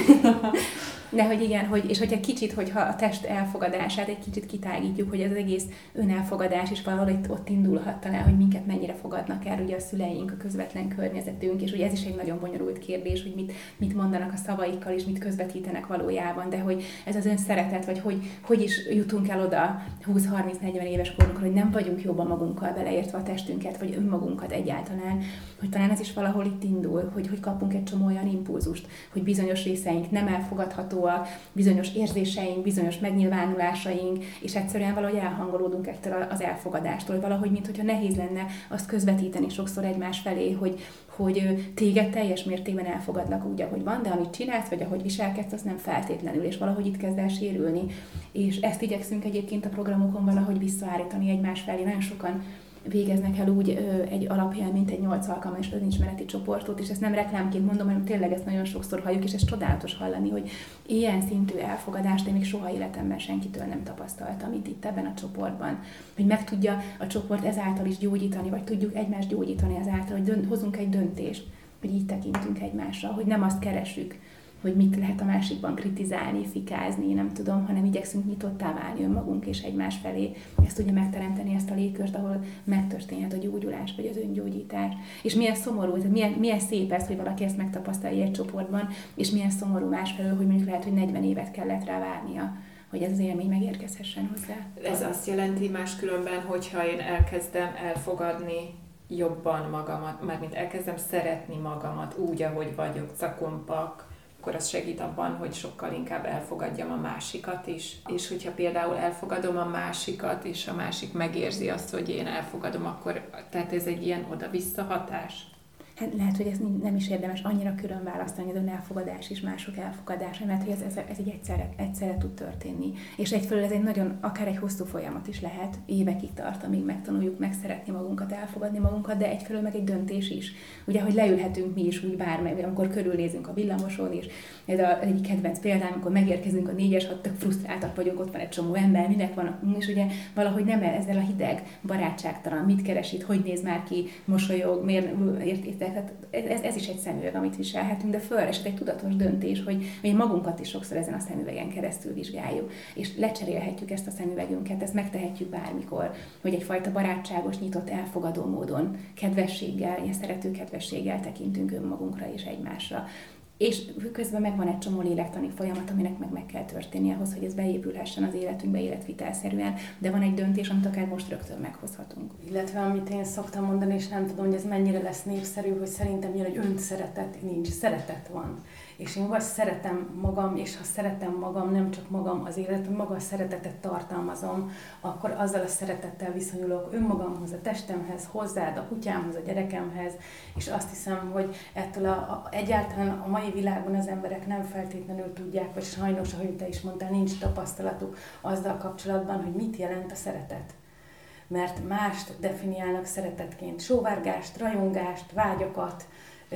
De hogy igen, hogy, és hogyha kicsit, hogyha a test elfogadását egy kicsit kitágítjuk, hogy ez az egész önelfogadás is valahol itt ott indulhat talán, hogy minket mennyire fogadnak el ugye a szüleink, a közvetlen környezetünk, és ugye ez is egy nagyon bonyolult kérdés, hogy mit, mit mondanak a szavaikkal, és mit közvetítenek valójában, de hogy ez az önszeretet, vagy hogy, hogy is jutunk el oda húsz-harminc-negyven éves korunkra, hogy nem vagyunk jobban magunkkal beleértve a testünket, vagy önmagunkat egyáltalán, hogy talán ez is valahol itt indul, hogy, hogy kapunk egy csomó olyan impulzust, hogy bizonyos részeink nem elfogadható, bizonyos érzéseink, bizonyos megnyilvánulásaink, és egyszerűen valahogy elhangolódunk ettől az elfogadástól, valahogy, mintha nehéz lenne azt közvetíteni sokszor egymás felé, hogy, hogy téged teljes mértékben elfogadlak úgy, ahogy van, de amit csinálsz, vagy ahogy viselkedsz, az nem feltétlenül, és valahogy itt kezd el sérülni. És ezt igyekszünk egyébként a programokon valahogy visszaállítani egymás felé. Nagyon sokan végeznek el úgy ö, egy alapján, mint egy nyolc alkalmas önismereti csoportot, és ezt nem reklámként mondom, hanem tényleg ezt nagyon sokszor halljuk, és ez csodálatos hallani, hogy ilyen szintű elfogadást én még soha életemben senkitől nem tapasztaltam itt, itt ebben a csoportban. Hogy meg tudja a csoport ezáltal is gyógyítani, vagy tudjuk egymást gyógyítani ezáltal, hogy dönt, hozunk egy döntést. hogy így tekintünk egymásra, hogy nem azt keresünk, hogy mit lehet a másikban kritizálni, fikázni, nem tudom, hanem igyekszünk nyitottá válni önmagunk és egymás felé. Ezt tudja megteremteni, ezt a légkört, ahol megtörténhet a gyógyulás vagy az öngyógyítás. És milyen szomorú, tehát milyen, milyen szép ez, hogy valaki ezt megtapasztalja egy csoportban, és milyen szomorú másfelől, hogy mondjuk lehet, hogy negyven évet kellett rá várnia, hogy ez az élmény megérkezhessen hozzá. Ez azt jelenti máskülönben, hogyha én elkezdem elfogadni jobban magamat, mármint elkezdem szeretni magamat úgy, ahogy vagyok, cakompak, akkor az segít abban, hogy sokkal inkább elfogadjam a másikat is. És hogyha például elfogadom a másikat, és a másik megérzi azt, hogy én elfogadom, akkor tehát ez egy ilyen oda-vissza hatás. Hát lehet, hogy ez nem is érdemes annyira külön választani, az önelfogadás és mások elfogadása, mert hogy ez, ez, ez így egyszerre, egyszerre tud történni. És egyfelől ez egy nagyon, akár egy hosszú folyamat is lehet, évekig tart, amíg megtanuljuk megszeretni magunkat, elfogadni magunkat, de egyfelől meg egy döntés is. Ugye, hogy leülhetünk mi is úgy bármely, amikor körülnézünk a villamoson, és ez a, egy kedvenc példám, amikor megérkezünk a négyes, ha tök frusztráltak vagyunk, ott van egy csomó ember, minek van, és ugye valahogy nem ezzel a hideg, barátságtalan, mit keres itt, hogy néz már ki, mosolyog, miért ért, tehát ez, ez is egy szemüveg, amit viselhetünk, de fölesett egy tudatos döntés, hogy mi magunkat is sokszor ezen a szemüvegen keresztül vizsgáljuk, és lecserélhetjük ezt a szemüvegünket, ezt megtehetjük bármikor, hogy egyfajta barátságos, nyitott, elfogadó módon, kedvességgel, ilyen szerető kedvességgel tekintünk önmagunkra és egymásra. És közben megvan egy csomó lélektani folyamat, aminek meg meg kell történni ahhoz, hogy ez beépülhessen az életünkbe életvitelszerűen, de van egy döntés, amit akár most rögtön meghozhatunk. Illetve amit én szoktam mondani, és nem tudom, hogy ez mennyire lesz népszerű, hogy szerintem ilyen, hogy önszeretet nincs, szeretet van. És én vagy szeretem magam, és ha szeretem magam, nem csak magam az életem, maga a szeretetet tartalmazom, akkor azzal a szeretettel viszonyulok önmagamhoz, a testemhez, hozzád, a kutyámhoz, a gyerekemhez, és azt hiszem, hogy ettől a, a, egyáltalán a mai világban az emberek nem feltétlenül tudják, vagy sajnos, ahogy te is mondtál, nincs tapasztalatuk azzal kapcsolatban, hogy mit jelent a szeretet. Mert mást definiálnak szeretetként, sóvárgást, rajongást, vágyakat,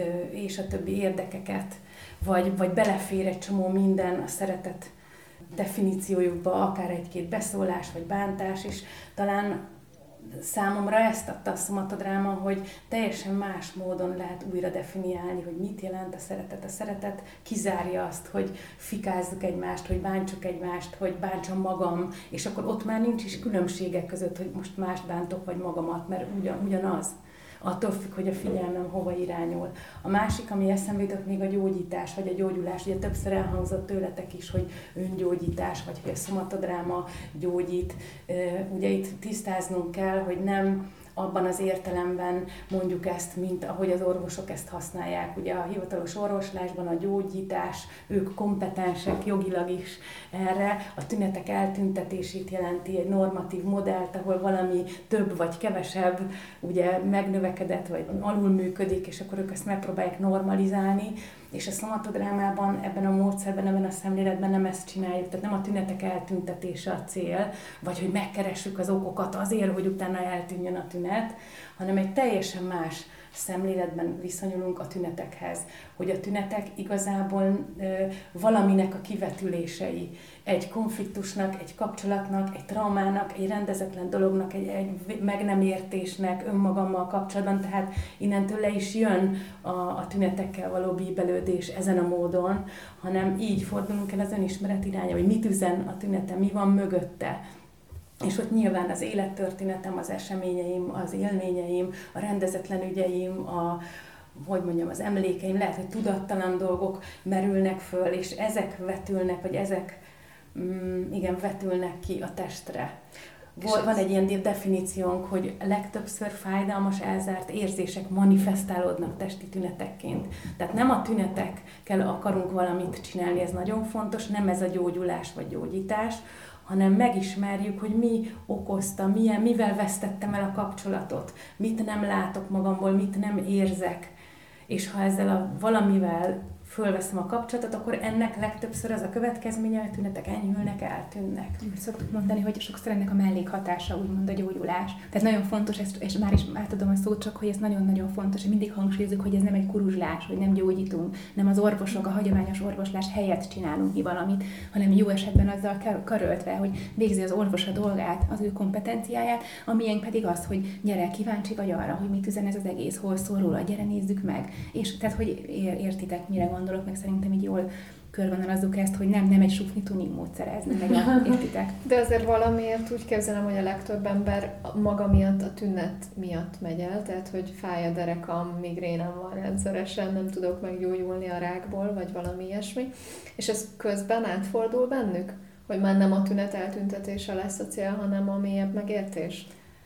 és a többi érdekeket, vagy, vagy belefér egy csomó minden a szeretet definíciójukba, akár egy-két beszólás, vagy bántás, és talán számomra ezt adta a szomatodráma, hogy teljesen más módon lehet újra definiálni, hogy mit jelent a szeretet. A szeretet kizárja azt, hogy fikázzuk egymást, hogy bántsuk egymást, hogy bántsam magam, és akkor ott már nincs is különbségek között, hogy most mást bántok, vagy magamat, mert ugyan, ugyanaz. Attól függ, hogy a figyelmem hova irányul. A másik, ami eszembe jutott, még a gyógyítás, vagy a gyógyulás. Ugye többször elhangzott tőletek is, hogy öngyógyítás, vagy hogy a szomatodráma gyógyít. Ugye itt tisztáznunk kell, hogy nem abban az értelemben mondjuk ezt, mint ahogy az orvosok ezt használják. Ugye a hivatalos orvoslásban a gyógyítás, ők kompetensek jogilag is erre, a tünetek eltüntetését jelenti egy normatív modellt, ahol valami több vagy kevesebb, ugye megnövekedett vagy alulműködik, és akkor ők ezt megpróbálják normalizálni, és a szomatodrámában, ebben a módszerben, ebben a szemléletben nem ezt csináljuk, tehát nem a tünetek eltüntetése a cél, vagy hogy megkeressük az okokat azért, hogy utána eltűnjön a tünet, hanem egy teljesen más szemléletben viszonyulunk a tünetekhez, hogy a tünetek igazából ö, valaminek a kivetülései, egy konfliktusnak, egy kapcsolatnak, egy traumának, egy rendezetlen dolognak, egy, egy meg nem értésnek önmagammal kapcsolatban, tehát innentől le is jön a, a tünetekkel való bíbelődés ezen a módon, hanem így fordulunk el az önismeret irányába, hogy mit üzen a tünetem, mi van mögötte. És ott nyilván az élettörténetem, az eseményeim, az élményeim, a rendezetlen ügyeim, a, hogy mondjam, az emlékeim, lehet, hogy tudattalan dolgok merülnek föl, és ezek vetülnek, vagy ezek mm, igen, vetülnek ki a testre. Van egy ilyen definíciónk, hogy legtöbbször fájdalmas, elzárt érzések manifestálódnak testi tünetekként. Tehát nem a tünetekkel akarunk valamit csinálni, ez nagyon fontos, nem ez a gyógyulás vagy gyógyítás, hanem megismerjük, hogy mi okozta, milyen, mivel vesztettem el a kapcsolatot, mit nem látok magamból, mit nem érzek. És ha ezzel a valamivel fölveszem a kapcsolatot, akkor ennek legtöbbször az a következménye, hogy tünetek enyhülnek, eltűnnek. Szoktuk mondani, hogy sokszor ennek a mellékhatása úgymond a gyógyulás. Tehát nagyon fontos, és már is átadom a szót, csak hogy ez nagyon-nagyon fontos, hogy mindig hangsúlyozzuk, hogy ez nem egy kuruzslás, hogy nem gyógyítunk, nem az orvosok, a hagyományos orvoslás helyett csinálunk mi valamit, hanem jó esetben azzal karöltve, hogy végzi az orvos a dolgát, az ő kompetenciáját, amilyen pedig az, hogy gyere, kíváncsi vagy arra, hogy mit üzen ez az egész, hol szól róla, gyere, nézzük meg. És tehát, hogy értitek, mire gondolok, meg szerintem így jól körvonalazzuk ezt, hogy nem, nem egy sufni tuning módszer ez, meg a, értitek? De azért valamiért úgy képzelem, hogy a legtöbb ember maga miatt, a tünet miatt megy el, tehát hogy fáj a derekam, migrénem van rendszeresen, nem tudok meggyógyulni a rákból, vagy valami ilyesmi, és ez közben átfordul bennük, hogy már nem a tünet eltüntetése lesz a cél, hanem a mélyebb megértés.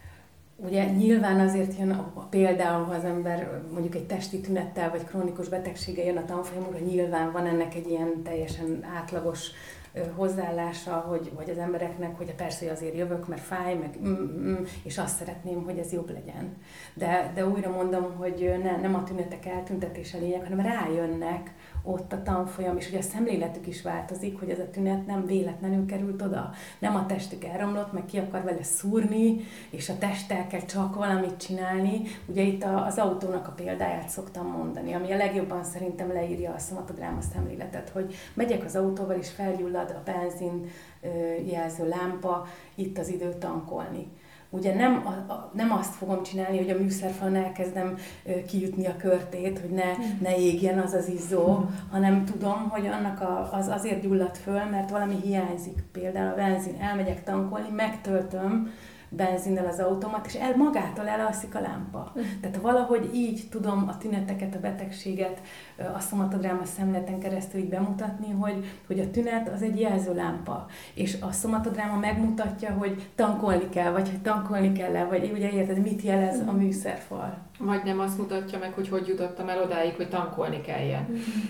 Ugye nyilván azért jön a, a például, ha az ember mondjuk egy testi tünettel vagy krónikus betegséggel jön a tanfolyamra, nyilván van ennek egy ilyen teljesen átlagos ö, hozzáállása, hogy, hogy az embereknek, hogy persze azért jövök, mert fáj, meg mm, mm, és azt szeretném, hogy ez jobb legyen. De, de újra mondom, hogy ne, nem a tünetek eltüntetése lényeg, hanem rájönnek ott a tanfolyam, és hogy a szemléletük is változik, hogy ez a tünet nem véletlenül került oda. Nem a testük elromlott, meg ki akar vele szúrni, és a testtel kell csak valamit csinálni. Ugye itt az autónak a példáját szoktam mondani, ami a legjobban szerintem leírja a szomatodráma szemléletet, hogy megyek az autóval, és felgyullad a benzin jelző lámpa, itt az idő tankolni. Ugye nem, a, a, nem azt fogom csinálni, hogy a műszerfalon elkezdem ö, kijutni a körtét, hogy ne, ne égjen az az izzó, mm. hanem tudom, hogy annak a, az azért gyullad föl, mert valami hiányzik. Például a benzin, elmegyek tankolni, megtöltöm benzinnel az automat, és el magától elalszik a lámpa. Mm. Tehát valahogy így tudom a tüneteket, a betegséget a szomatodráma szemléleten keresztül így bemutatni, hogy, hogy a tünet az egy jelzőlámpa, és a szomatodráma megmutatja, hogy tankolni kell, vagy hogy tankolni kell-e, vagy ugye érted, mit jelez a műszerfal. Vagy nem azt mutatja meg, hogy hogy jutottam el odáig, hogy tankolni kelljen.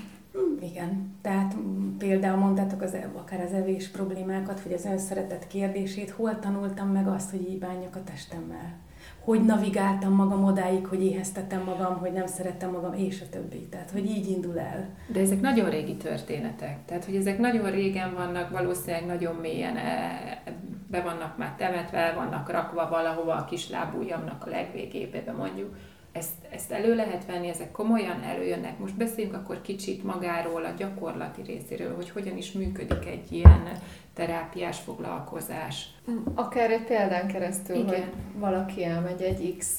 Igen, tehát például mondtátok az, akár az evés problémákat, vagy az önszeretet kérdését, hol tanultam meg azt, hogy így bánjak a testemmel? Hogy navigáltam magam odáig, hogy éheztetem magam, hogy nem szerettem magam, és a többi. Tehát, hogy így indul el. De ezek nagyon régi történetek. Tehát, hogy ezek nagyon régen vannak, valószínűleg nagyon mélyen be vannak már temetve, el vannak rakva valahova a kis lábujjamnak a legvégébe, mondjuk. Ezt, ezt elő lehet venni, ezek komolyan előjönnek. Most beszéljünk akkor kicsit magáról, a gyakorlati részéről, hogy hogyan is működik egy ilyen terápiás foglalkozás. Akár egy példán keresztül, Igen. hogy valaki elmegy egy X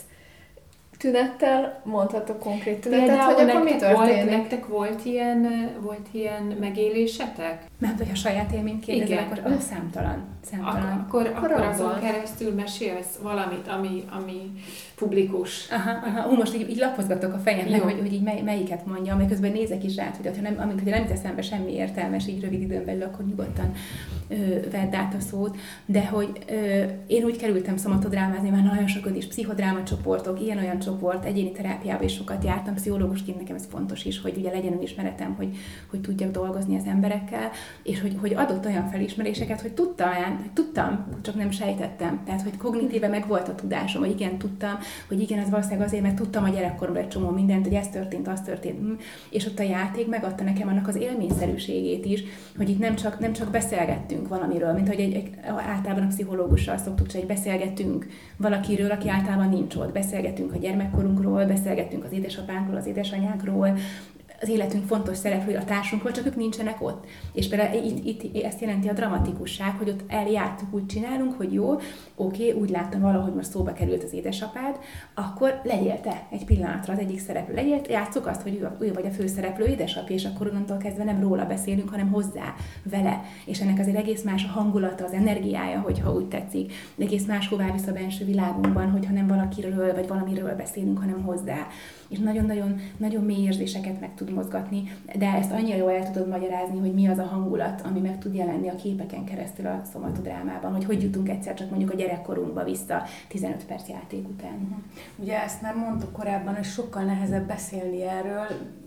tünettel, mondhatok konkrét tünetet, Például hogy akkor mi történik? Volt, nektek volt ilyen, volt ilyen megélésetek? Mert hogyha saját élményt kérdezel, akkor az számtalan. számtalan. Akkor, akkor, akkor azon abban. keresztül mesélsz valamit, ami, ami publikus. Aha, aha. Hú, most így, így lapozgatok a fejemnek, hogy, hogy így mely, melyiket mondjam, mert közben nézek is rá, hogy ha nem, amint, hogyha nem jut eszembe semmi értelmes így rövid időn belül, akkor nyugodtan ö, vedd át a szót. De hogy ö, én úgy kerültem szomatodrámázni, már nagyon sokat is, pszichodráma csoportok, ilyen-olyan csoport, egyéni terápiába is sokat jártam, pszichológusként nekem ez fontos is, hogy ugye legyen önismeretem, hogy, hogy tudjak dolgozni az emberekkel, és hogy, hogy adott olyan felismeréseket, hogy tudtam, hogy tudtam, csak nem sejtettem. Tehát, hogy kognitíve meg volt a tudásom, hogy igen, tudtam, hogy igen, ez valószínűleg azért, mert tudtam a gyerekkoromban egy csomó mindent, hogy ez történt, az történt, és ott a játék megadta nekem annak az élményszerűségét is, hogy itt nem csak, nem csak beszélgettünk valamiről, mint hogy egy, egy, általában a pszichológussal szoktuk, hogy beszélgetünk valakiről, aki általában nincs ott, beszélgetünk a gyermekkorunkról, beszélgetünk az édesapánkról, az édesanyákról, az életünk fontos szereplői, a társunkról, csak ők nincsenek ott. És például itt, itt ezt jelenti a dramatikusság, hogy ott eljártuk, úgy csinálunk, hogy jó, oké, úgy láttam valahogy most szóba került az édesapád, akkor legyél te egy pillanatra az egyik szereplő. Legyél, játsszuk azt, hogy ő, ő vagy a főszereplő édesapja, és akkor onnantól kezdve nem róla beszélünk, hanem hozzá, vele. És ennek azért egész más a hangulata, az energiája, hogyha úgy tetszik. Egész más hová visz a benső világunkban, hogyha nem valakiről vagy valamiről beszélünk, hanem hozzá. És nagyon-nagyon nagyon mély érzéseket meg tud mozgatni, de ezt annyira jól el tudod magyarázni, hogy mi az a hangulat, ami meg tud jelenni a képeken keresztül a szomatodrámában, hogy hogy jutunk egyszer csak mondjuk a gyerekkorunkba vissza tizenöt perc játék után. Ugye ezt már mondtuk korábban, hogy sokkal nehezebb beszélni erről,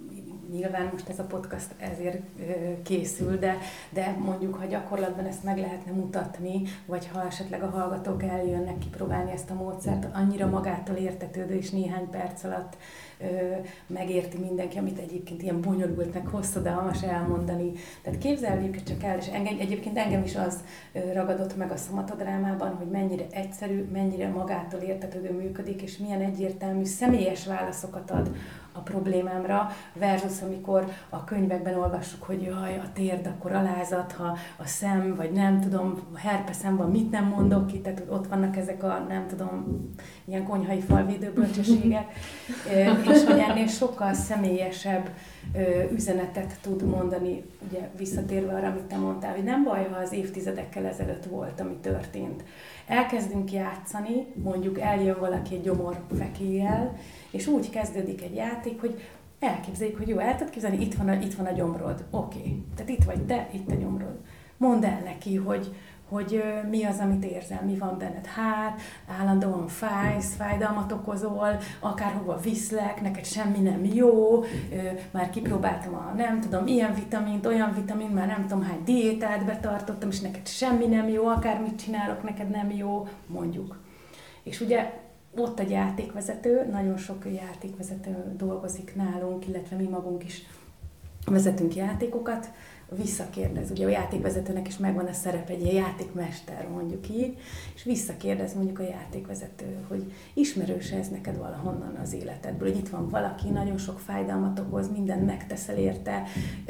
nyilván most ez a podcast ezért készül, de, de mondjuk, ha gyakorlatban ezt meg lehetne mutatni, vagy ha esetleg a hallgatók eljönnek kipróbálni ezt a módszert, annyira magától értetődő és néhány perc alatt ö, megérti mindenki, amit egyébként ilyen bonyolult, meg hosszadalmas elmondani. Tehát képzeljük csak el, és engem, egyébként engem is az ragadott meg a szomatodrámában, hogy mennyire egyszerű, mennyire magától értetődő működik, és milyen egyértelmű személyes válaszokat ad a problémámra, versus amikor a könyvekben olvassuk, hogy jaj, a térd, akkor alázat, ha a szem, vagy nem tudom, herpeszem van, mit nem mondok ki, tehát ott vannak ezek a, nem tudom, ilyen konyhai falvédő bölcsességek, és hogy ennél sokkal személyesebb üzenetet tud mondani, ugye visszatérve arra, amit te mondtál, hogy nem baj, ha az évtizedekkel ezelőtt volt, ami történt. Elkezdünk játszani, mondjuk eljön valaki egy gyomorfekélyel, és úgy kezdődik egy játék, hogy elképzeljük, hogy jó, el tudod képzelni, itt van a, itt van a gyomrod. Oké, okay. Tehát itt vagy te, itt a gyomrod. Mondd el neki, hogy, hogy mi az, amit érzel, mi van benned. Hát, állandóan fájsz, fájdalmat okozol, akárhova viszlek, neked semmi nem jó, már kipróbáltam a nem tudom, ilyen vitamint, olyan vitamint, már nem tudom hány diétát betartottam, és neked semmi nem jó, akármit csinálok, neked nem jó, mondjuk. És ugye ott egy játékvezető, nagyon sok játékvezető dolgozik nálunk, illetve mi magunk is vezetünk játékokat, visszakérdez, ugye a játékvezetőnek is megvan a szerep, egy ilyen játékmester, mondjuk így, és visszakérdez mondjuk a játékvezető, hogy ismerős ez neked valahonnan az életedből, hogy itt van valaki, nagyon sok fájdalmat okoz, mindent megteszel érte,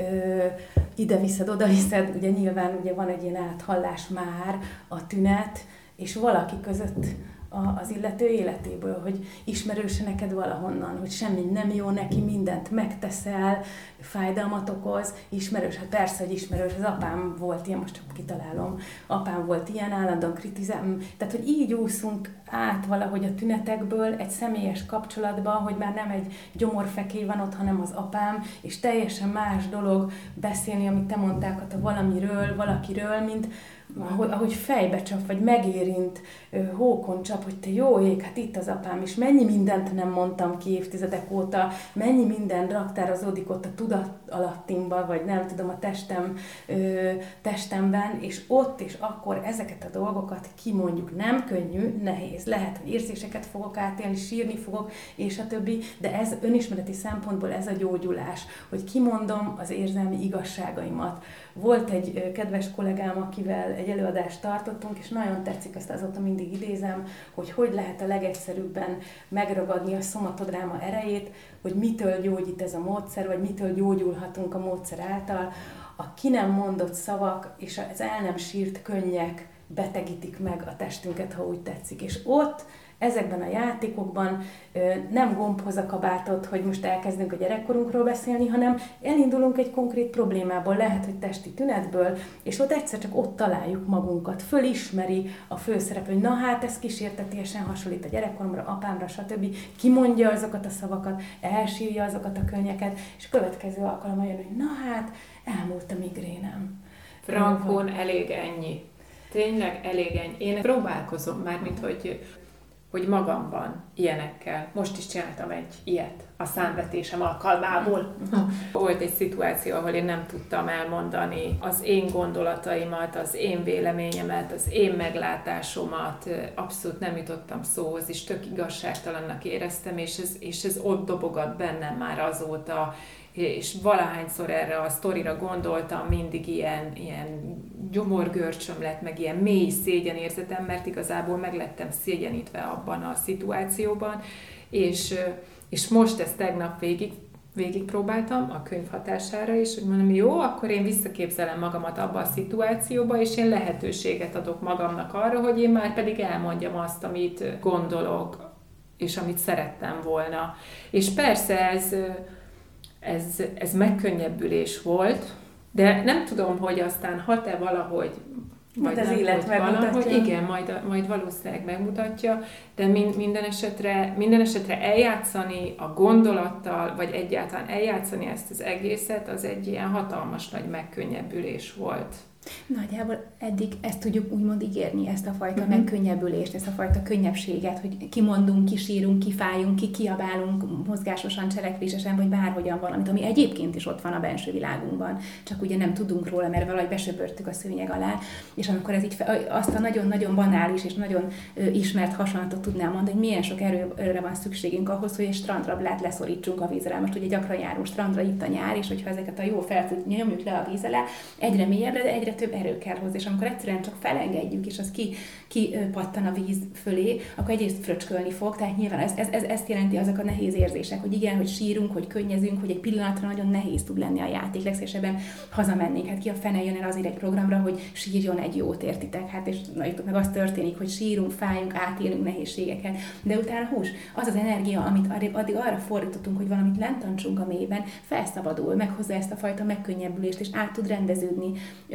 ide viszed, oda viszed, ugye nyilván ugye van egy ilyen áthallás már a tünet, és valaki között az illető életéből, hogy ismerőse neked valahonnan, hogy semmi nem jó neki, mindent megteszel, fájdalmat okoz, ismerős, hát persze, hogy ismerős, az apám volt ilyen, most csak kitalálom, apám volt ilyen, állandóan kritizálom, tehát, hogy így úszunk át valahogy a tünetekből egy személyes kapcsolatba, hogy már nem egy gyomorfekély van ott, hanem az apám, és teljesen más dolog beszélni, amit te mondtál, a valamiről, valakiről, mint ahogy, ahogy fejbe csap, vagy megérint, hókon csap, hogy te jó ég, hát itt az apám, és mennyi mindent nem mondtam ki évtizedek óta, mennyi minden raktározódik ott a tudat alattimba, vagy nem tudom, a testem, ö, testemben, és ott és akkor ezeket a dolgokat kimondjuk. Nem könnyű, nehéz. Lehet, hogy érzéseket fogok átélni, sírni fogok, és a többi, de ez önismereti szempontból ez a gyógyulás, hogy kimondom az érzelmi igazságaimat. Volt egy kedves kollégám, akivel egy előadást tartottunk, és nagyon tetszik, ezt azóta mindig idézem, hogy hogy lehet a legegyszerűbben megragadni a szomatodráma erejét, hogy mitől gyógyít ez a módszer, vagy mitől gyógyulhatunk a módszer által. A ki nem mondott szavak és az el nem sírt könnyek betegítik meg a testünket, ha úgy tetszik. És ott ezekben a játékokban nem gombhoz a kabátot, hogy most elkezdünk a gyerekkorunkról beszélni, hanem elindulunk egy konkrét problémából, lehet, hogy testi tünetből, és ott egyszer csak ott találjuk magunkat, fölismeri a főszereplő, hogy na hát ez kísértetiesen hasonlít a gyerekkoromra, apámra, stb. Kimondja azokat a szavakat, elsírja azokat a könnyeket, és a következő alkalommal jön, hogy na hát elmúlt a migrénem. Frankon elég ennyi. Tényleg elég ennyi. Én próbálkozom már, mint hogy hogy magamban ilyenekkel. Most is csináltam egy ilyet a számvetésem alkalmából. Volt egy szituáció, ahol én nem tudtam elmondani az én gondolataimat, az én véleményemet, az én meglátásomat, abszolút nem jutottam szóhoz, és tök igazságtalannak éreztem, és ez, és ez ott dobogat bennem már azóta, és valahányszor erre a sztorira gondoltam, mindig ilyen, ilyen gyomorgörcsöm lett, meg ilyen mély szégyenérzetem, mert igazából meg lettem szégyenítve abban a szituációban, és, és most ezt tegnap végig, végig próbáltam a könyv hatására is, hogy mondom, jó, akkor én visszaképzelem magamat abba a szituációba, és én lehetőséget adok magamnak arra, hogy én már pedig elmondjam azt, amit gondolok, és amit szerettem volna. És persze ez... Ez, ez megkönnyebbülés volt, de nem tudom, hogy aztán hat-e valahogy, majd az élet megmutatja. Igen, majd, majd valószínűleg megmutatja, de minden esetre, minden esetre eljátszani a gondolattal, vagy egyáltalán eljátszani ezt az egészet, az egy ilyen hatalmas nagy megkönnyebbülés volt. Nagyjából eddig ezt tudjuk úgymond ígérni, ezt a fajta uh-huh. megkönnyebbülést, ezt a fajta könnyebbséget, hogy kimondunk, kisírunk, kifájunk, ki kiabálunk mozgásosan, cselekvésesen, vagy bárhogyan valamit, ami egyébként is ott van a benső világunkban, csak ugye nem tudunk róla, mert valahogy besöpörtük a szőnyeg alá, és amikor ez így fe, azt a nagyon-nagyon banális és nagyon ismert hasonlatot tudnám mondani, hogy milyen sok erőre van szükségünk ahhoz, hogy egy strandrablát leszorítsunk a víz alá. Most ugye gyakran járunk strandra, itt a nyár, és hogyha ezeket a jó felfut, nyomjuk le a víz alá, egyre mélyebbre, de egyre több erő kell hozzá, és amikor egyszerűen csak felengedjük, és az ki, ki pattan a víz fölé, akkor egyrészt fröcskölni fog, tehát nyilván ez, ez, ez, ezt jelenti azok a nehéz érzések, hogy igen, hogy sírunk, hogy könnyezünk, hogy egy pillanatra nagyon nehéz tud lenni a játék, legszívesebben hazamennénk, hát ki a fene jön el azért egy programra, hogy sírjon egy jót, értitek, hát és na, meg az történik, hogy sírunk, fájunk, átélünk nehézségeket, de utána hús, az az energia, amit addig arra fordítottunk, hogy valamit lentantsunk a mélyben, felszabadul, meghozza ezt a fajta megkönnyebbülést, és át tud rendeződni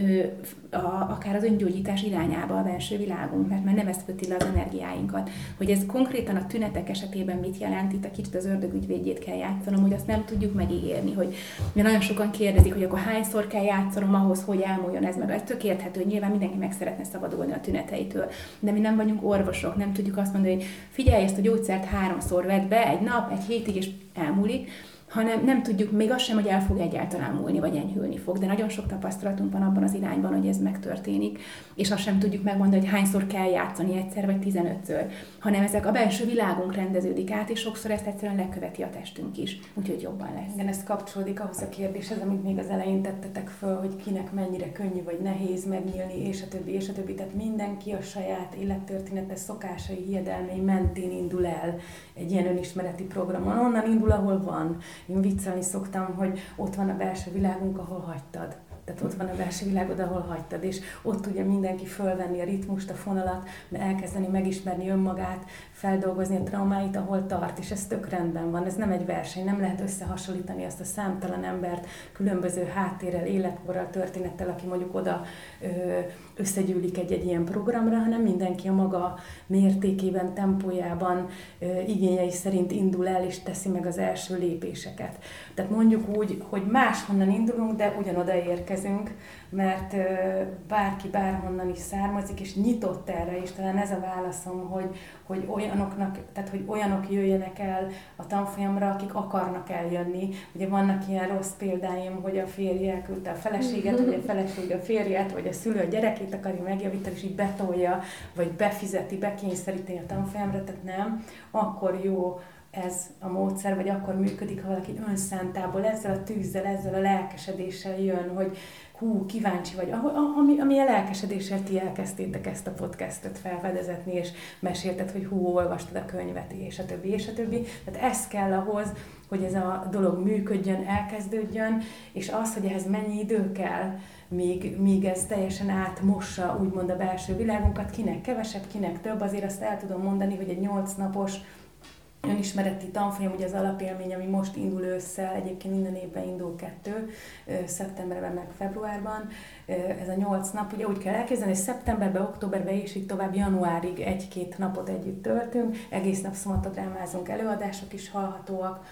A, akár az öngyógyítás irányába a belső világunk, mert már nem ezt köti le az energiáinkat. Hogy ez konkrétan a tünetek esetében mit jelent, itt a kicsit az ördög ügyvédjét kell játszanom, hogy azt nem tudjuk megígérni, hogy mert nagyon sokan kérdezik, hogy akkor hányszor kell játszanom ahhoz, hogy elmúljon ez meg. Ez tök érthető, hogy nyilván mindenki meg szeretne szabadulni a tüneteitől, de mi nem vagyunk orvosok, nem tudjuk azt mondani, hogy figyelj, ezt a gyógyszert háromszor vedd be, egy nap, egy hétig, és elmúlik, hanem nem tudjuk még azt sem, hogy el fog egyáltalán múlni, vagy enyhülni fog, de nagyon sok tapasztalatunk van abban az irányban, hogy ez megtörténik, és azt sem tudjuk megmondani, hogy hányszor kell játszani, egyszer vagy tizenötször, hanem ezek a belső világunk rendeződik át, és sokszor ezt egyszerűen leköveti a testünk is, úgyhogy jobban lesz. Igen, ez kapcsolódik ahhoz a kérdéshez, amit még az elején tettetek föl, hogy kinek mennyire könnyű vagy nehéz megnyílni, és a többi, és a többi, tehát mindenki a saját élettörténete, szokásai, hiedelmei mentén indul el egy ilyen önismereti programon, onnan indul, ahol van. Én viccelni szoktam, hogy ott van a belső világunk, ahol hagytad. Tehát ott van a belső világod, ahol hagytad, és ott tudja mindenki fölvenni a ritmust, a fonalat, elkezdeni megismerni önmagát, feldolgozni a traumáit, ahol tart, és ez tök rendben van. Ez nem egy verseny, nem lehet összehasonlítani azt a számtalan embert különböző háttérrel, életkorral, történettel, aki mondjuk oda ö, összegyűlik egy-egy ilyen programra, hanem mindenki a maga mértékében, tempójában, ö, igényei szerint indul el, és teszi meg az első lépéseket. Tehát mondjuk úgy, hogy máshonnan indulunk, de ugyanoda érkezünk, mert ö, bárki bárhonnan is származik, és nyitott erre, és talán ez a válaszom, hogy, hogy olyanoknak, tehát hogy olyanok jöjjenek el a tanfolyamra, akik akarnak eljönni. Ugye vannak ilyen rossz példáim, hogy a férj elküldte a feleséget, vagy a feleség a férjet, vagy a szülő a gyerekét akarja megjavítani, és így betolja, vagy befizeti, bekényszeríti a tanfolyamra, tehát nem, akkor jó ez a módszer, vagy akkor működik, ha valaki önszántából, ezzel a tűzzel, ezzel a lelkesedéssel jön, hogy hú, kíváncsi vagy, ami, ami a lelkesedéssel ti elkezdtétek ezt a podcastot felfedezetni, és mesélted, hogy hú, olvastad a könyvet, és a többi, és a többi. Tehát ez kell ahhoz, hogy ez a dolog működjön, elkezdődjön, és az, hogy ehhez mennyi idő kell, míg, míg ez teljesen átmossa, úgymond a belső világunkat, kinek kevesebb, kinek több, azért azt el tudom mondani, hogy egy nyolc napos önismereti tanfolyam, ugye az alapélmény, ami most indul ősszel, egyébként minden évben indul kettő, szeptemberben meg februárban. Ez a nyolc nap, ugye úgy kell elképzelni, hogy szeptemberben, októberben és így tovább januárig egy-két napot együtt töltünk, egész nap szomatodrámázunk, előadások is hallhatóak.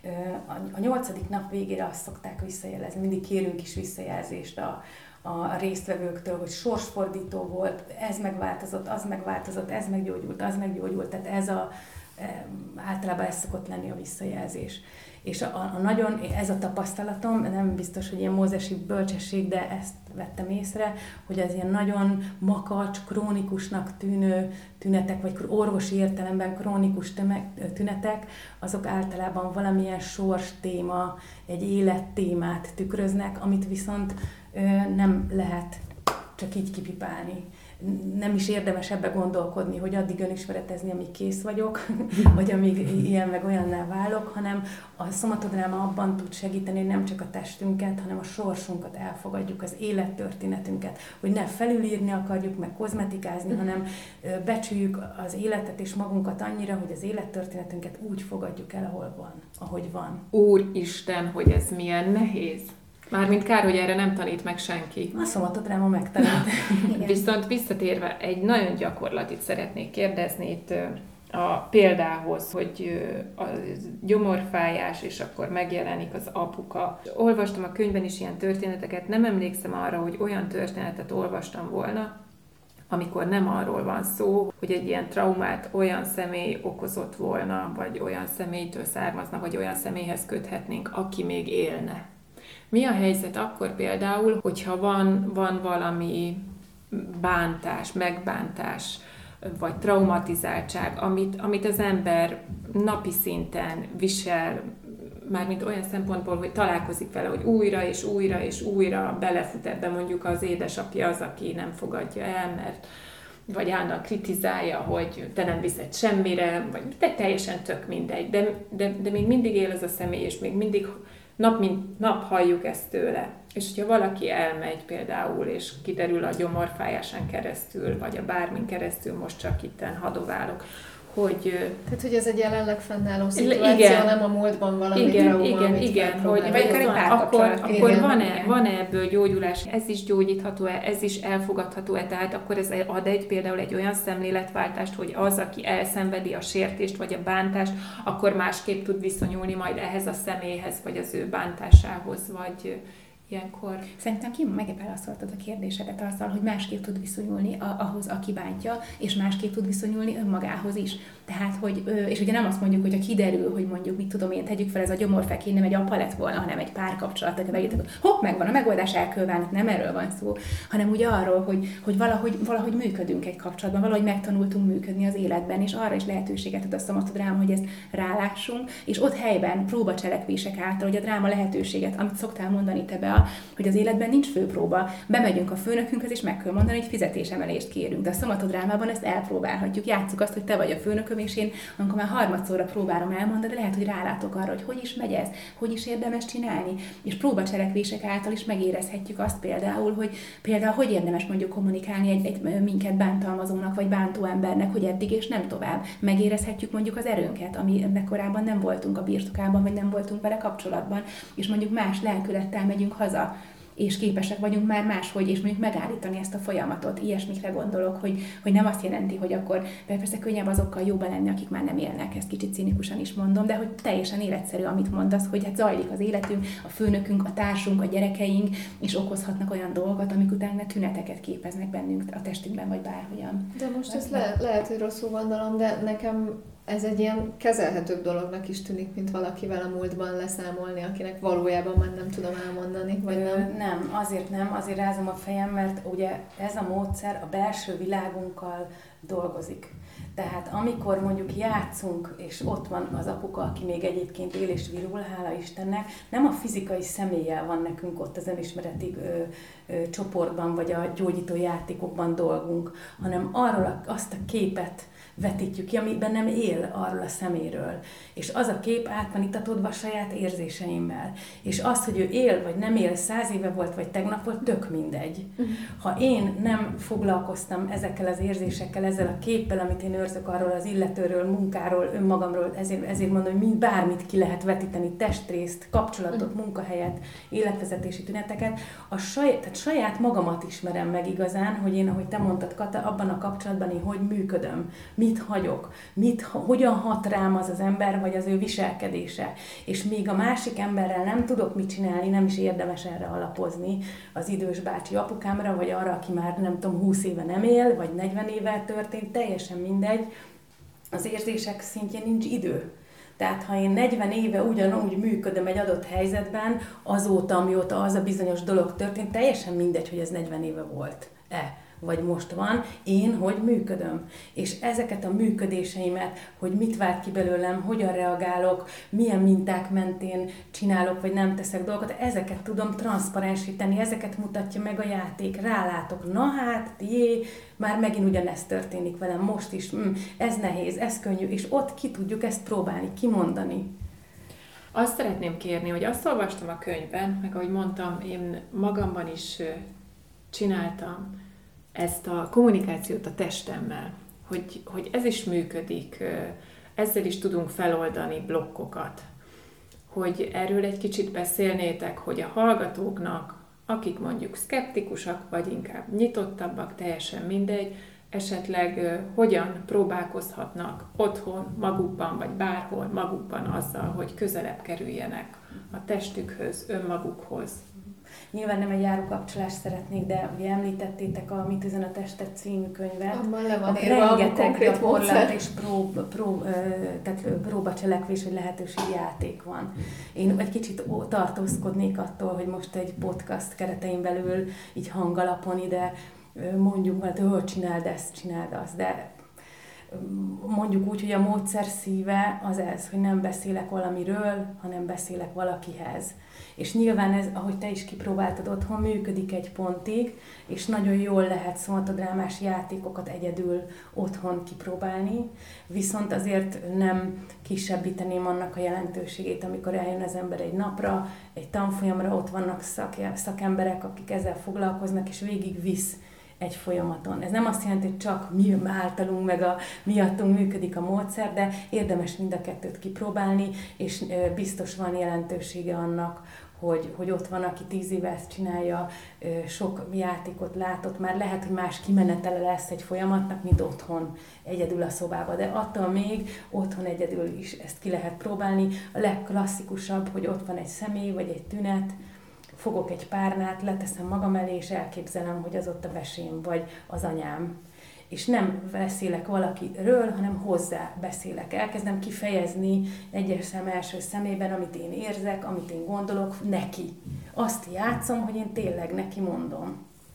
A nyolcadik nap végére azt szokták visszajelezni, mindig kérünk is visszajelzést a a résztvevőktől, hogy sorsfordító volt, ez megváltozott, az megváltozott, ez meggyógyult, az meggyógyult, tehát ez a általában ez szokott lenni a visszajelzés. És a, a nagyon, ez a tapasztalatom, nem biztos, hogy ilyen mózesi bölcsesség, de ezt vettem észre, hogy az ilyen nagyon makacs, krónikusnak tűnő tünetek, vagy orvosi értelemben krónikus tünetek, azok általában valamilyen sors téma, egy élettémát tükröznek, amit viszont ö, nem lehet csak így kipipálni. Nem is érdemes ebbe gondolkodni, hogy addig önismeretezni, amíg kész vagyok, vagy amíg ilyen meg olyanná válok, hanem a szomatodráma abban tud segíteni, hogy nem csak a testünket, hanem a sorsunkat elfogadjuk, az élettörténetünket, hogy ne felülírni akarjuk, meg kozmetikázni, hanem becsüljük az életet és magunkat annyira, hogy az élettörténetünket úgy fogadjuk el, ahol van, ahogy van. Úristen, hogy ez milyen nehéz. Mármint kár, hogy erre nem tanít meg senki. A szomatodráma megtanít. Viszont visszatérve egy nagyon gyakorlatit szeretnék kérdezni. Itt a példához, hogy a gyomorfájás, és akkor megjelenik az apuka. Olvastam a könyvben is ilyen történeteket, nem emlékszem arra, hogy olyan történetet olvastam volna, amikor nem arról van szó, hogy egy ilyen traumát olyan személy okozott volna, vagy olyan személytől származna, vagy olyan személyhez köthetnénk, aki még élne. Mi a helyzet akkor például, hogyha van, van valami bántás, megbántás, vagy traumatizáltság, amit, amit az ember napi szinten visel, mármint olyan szempontból, hogy találkozik vele, hogy újra és újra és újra belefut ebbe, mondjuk az édesapja az, aki nem fogadja el, mert vagy állandóan kritizálja, hogy te nem viszed semmire, vagy te teljesen tök mindegy, de, de, de még mindig él az a személy, és még mindig nap mint nap halljuk ezt tőle. És hogyha valaki elmegy például, és kiderül a gyomorfájásán keresztül, vagy a bármin keresztül, most csak itten hadoválok, hogy... Tehát, hogy ez egy jelenleg fennálló szituáció, igen, nem a múltban valami igen, trauma, igen, amit igen, hogy vagy akár egy akkor, párkapcsolat. akkor van-e, van-e ebből gyógyulás, ez is gyógyítható-e, ez is elfogadható-e, tehát akkor ez ad egy például egy olyan szemléletváltást, hogy az, aki elszenvedi a sértést vagy a bántást, akkor másképp tud viszonyulni majd ehhez a személyhez, vagy az ő bántásához, vagy ilyenkor. Szerintem ki megválaszoltad a kérdésedet azzal, hogy másképp tud viszonyulni a, ahhoz, aki bántja, és másképp tud viszonyulni önmagához is. Tehát, hogy, és ugye nem azt mondjuk, hogy ha kiderül, hogy mondjuk, mit tudom én, tegyük fel, ez a gyomorfekény nem egy apa lett volna, hanem egy párkapcsolat, tehát vegyétek, hogy hopp, megvan a megoldás, elkölván, nem erről van szó, hanem ugye arról, hogy, hogy valahogy, valahogy működünk egy kapcsolatban, valahogy megtanultunk működni az életben, és arra is lehetőséget ad a szomatodráma, hogy ezt rálássunk, és ott helyben próbacselekvések által, hogy a dráma lehetőséget, amit szoktál mondani te be, hogy az életben nincs főpróba, bemegyünk a főnökünkhöz, és meg kell mondani, hogy fizetésemelést kérünk. De a szomatodrámában ezt elpróbálhatjuk. Játsszuk azt, hogy te vagy a főnököm, és én, amikor már harmadszorra próbálom elmondani, de lehet, hogy rálátok arra, hogy hogy is megy ez, hogy is érdemes csinálni. És próbacselekvések által is megérezhetjük azt például, hogy például hogy érdemes mondjuk kommunikálni egy, egy minket bántalmazónak, vagy bántó embernek, hogy eddig és nem tovább. Megérezhetjük mondjuk az erőnket, ami ennek korábban nem voltunk a birtokában, vagy nem voltunk vele kapcsolatban, és mondjuk más lelkülettel megyünk haza, és képesek vagyunk már máshogy, és mondjuk megállítani ezt a folyamatot. Ilyesmikre gondolok, hogy, hogy nem azt jelenti, hogy akkor persze könnyebb azokkal jóba lenni, akik már nem élnek, ezt kicsit cinikusan is mondom, de hogy teljesen életszerű, amit mondasz, hogy hát zajlik az életünk, a főnökünk, a társunk, a gyerekeink, és okozhatnak olyan dolgokat, amik utána tüneteket képeznek bennünk a testünkben, vagy bárhogyan. De most ezt le, lehet, hogy rosszul gondolom, de nekem ez egy ilyen kezelhetőbb dolognak is tűnik, mint valakivel a múltban leszámolni, akinek valójában már nem tudom elmondani, vagy nem? Nem, azért nem, azért rázom a fejem, mert ugye ez a módszer a belső világunkkal dolgozik. Tehát amikor mondjuk játszunk, és ott van az apuka, aki még egyébként él és virul, hála Istennek, nem a fizikai személlyel van nekünk ott az önismereti ö, ö, csoportban, vagy a gyógyító játékokban dolgunk, hanem arról azt a képet vetítjük ki, amiben nem él arról a szeméről. És az a kép át van ittatódva a saját érzéseimmel. És az, hogy ő él, vagy nem él, száz éve volt, vagy tegnap volt, tök mindegy. Ha én nem foglalkoztam ezekkel az érzésekkel, ezzel a képpel, amit én őrzök arról az illetőről, munkáról, önmagamról, ezért, ezért mondom, hogy bármit ki lehet vetíteni, testrészt, kapcsolatot, munkahelyet, életvezetési tüneteket, a saját, tehát saját magamat ismerem meg igazán, hogy én, ahogy te mondtad, Kata, abban a kapcsolatban én hogy működöm, mit hagyok, mit, hogyan hat rám az az ember, vagy az ő viselkedése. És még a másik emberrel nem tudok mit csinálni, nem is érdemes erre alapozni, az idős bácsi apukámra, vagy arra, aki már nem tudom, húsz éve nem él, vagy negyven éve történt, teljesen mindegy. Az érzések szintjén nincs idő. Tehát ha én negyven éve ugyanúgy működöm egy adott helyzetben, azóta, amióta az a bizonyos dolog történt, teljesen mindegy, hogy ez negyven éve volt-e, vagy most van, én hogy működöm. És ezeket a működéseimet, hogy mit vált ki belőlem, hogyan reagálok, milyen minták mentén csinálok, vagy nem teszek dolgokat, ezeket tudom transzparensíteni, ezeket mutatja meg a játék, rálátok, na hát, jé, már megint ugyanezt történik velem, most is, mm, ez nehéz, ez könnyű, és ott ki tudjuk ezt próbálni, kimondani. Azt szeretném kérni, hogy azt olvastam a könyvben, meg ahogy mondtam, én magamban is csináltam ezt a kommunikációt a testemmel, hogy, hogy ez is működik, ezzel is tudunk feloldani blokkokat. Hogy erről egy kicsit beszélnétek, hogy a hallgatóknak, akik mondjuk szkeptikusak, vagy inkább nyitottabbak, teljesen mindegy, esetleg ö, hogyan próbálkozhatnak otthon, magukban, vagy bárhol magukban azzal, hogy közelebb kerüljenek a testükhöz, önmagukhoz. Nyilván nem egy járukapcsolást szeretnék, de ugye említettétek a Mit üzen a tested című könyvet. Abban le van írva a konkrét gyakorlat módszer. és prób, prób, tehát próbacselekvés, vagy lehetőségjáték van. Én egy kicsit tartózkodnék attól, hogy most egy podcast keretein belül így hangalapon ide mondjuk valamit, hogy csináld ezt, csináld azt, de mondjuk úgy, hogy a módszer szíve az ez, hogy nem beszélek valamiről, hanem beszélek valakihez. És nyilván ez, ahogy te is kipróbáltad otthon, működik egy pontig, és nagyon jól lehet szomatodrámás játékokat egyedül otthon kipróbálni, viszont azért nem kisebbíteném annak a jelentőségét, amikor eljön az ember egy napra, egy tanfolyamra, ott vannak szak, szakemberek, akik ezzel foglalkoznak, és végig visz egy folyamaton. Ez nem azt jelenti, hogy csak mi általunk, meg a miattunk működik a módszer, de érdemes mind a kettőt kipróbálni, és biztos van jelentősége annak, hogy, hogy ott van, aki tíz éve ezt csinálja, sok játékot látott, már lehet, hogy más kimenetele lesz egy folyamatnak, mint otthon, egyedül a szobába, de attól még otthon egyedül is ezt ki lehet próbálni. A legklasszikusabb, hogy ott van egy személy, vagy egy tünet, fogok egy párnát, leteszem magam elé, és elképzelem, hogy az ott a vesém, vagy az anyám. És nem beszélek valakiről, hanem hozzá beszélek. Elkezdem kifejezni egyes szem első szemében, amit én érzek, amit én gondolok, neki. Azt játszom, hogy én tényleg neki mondom.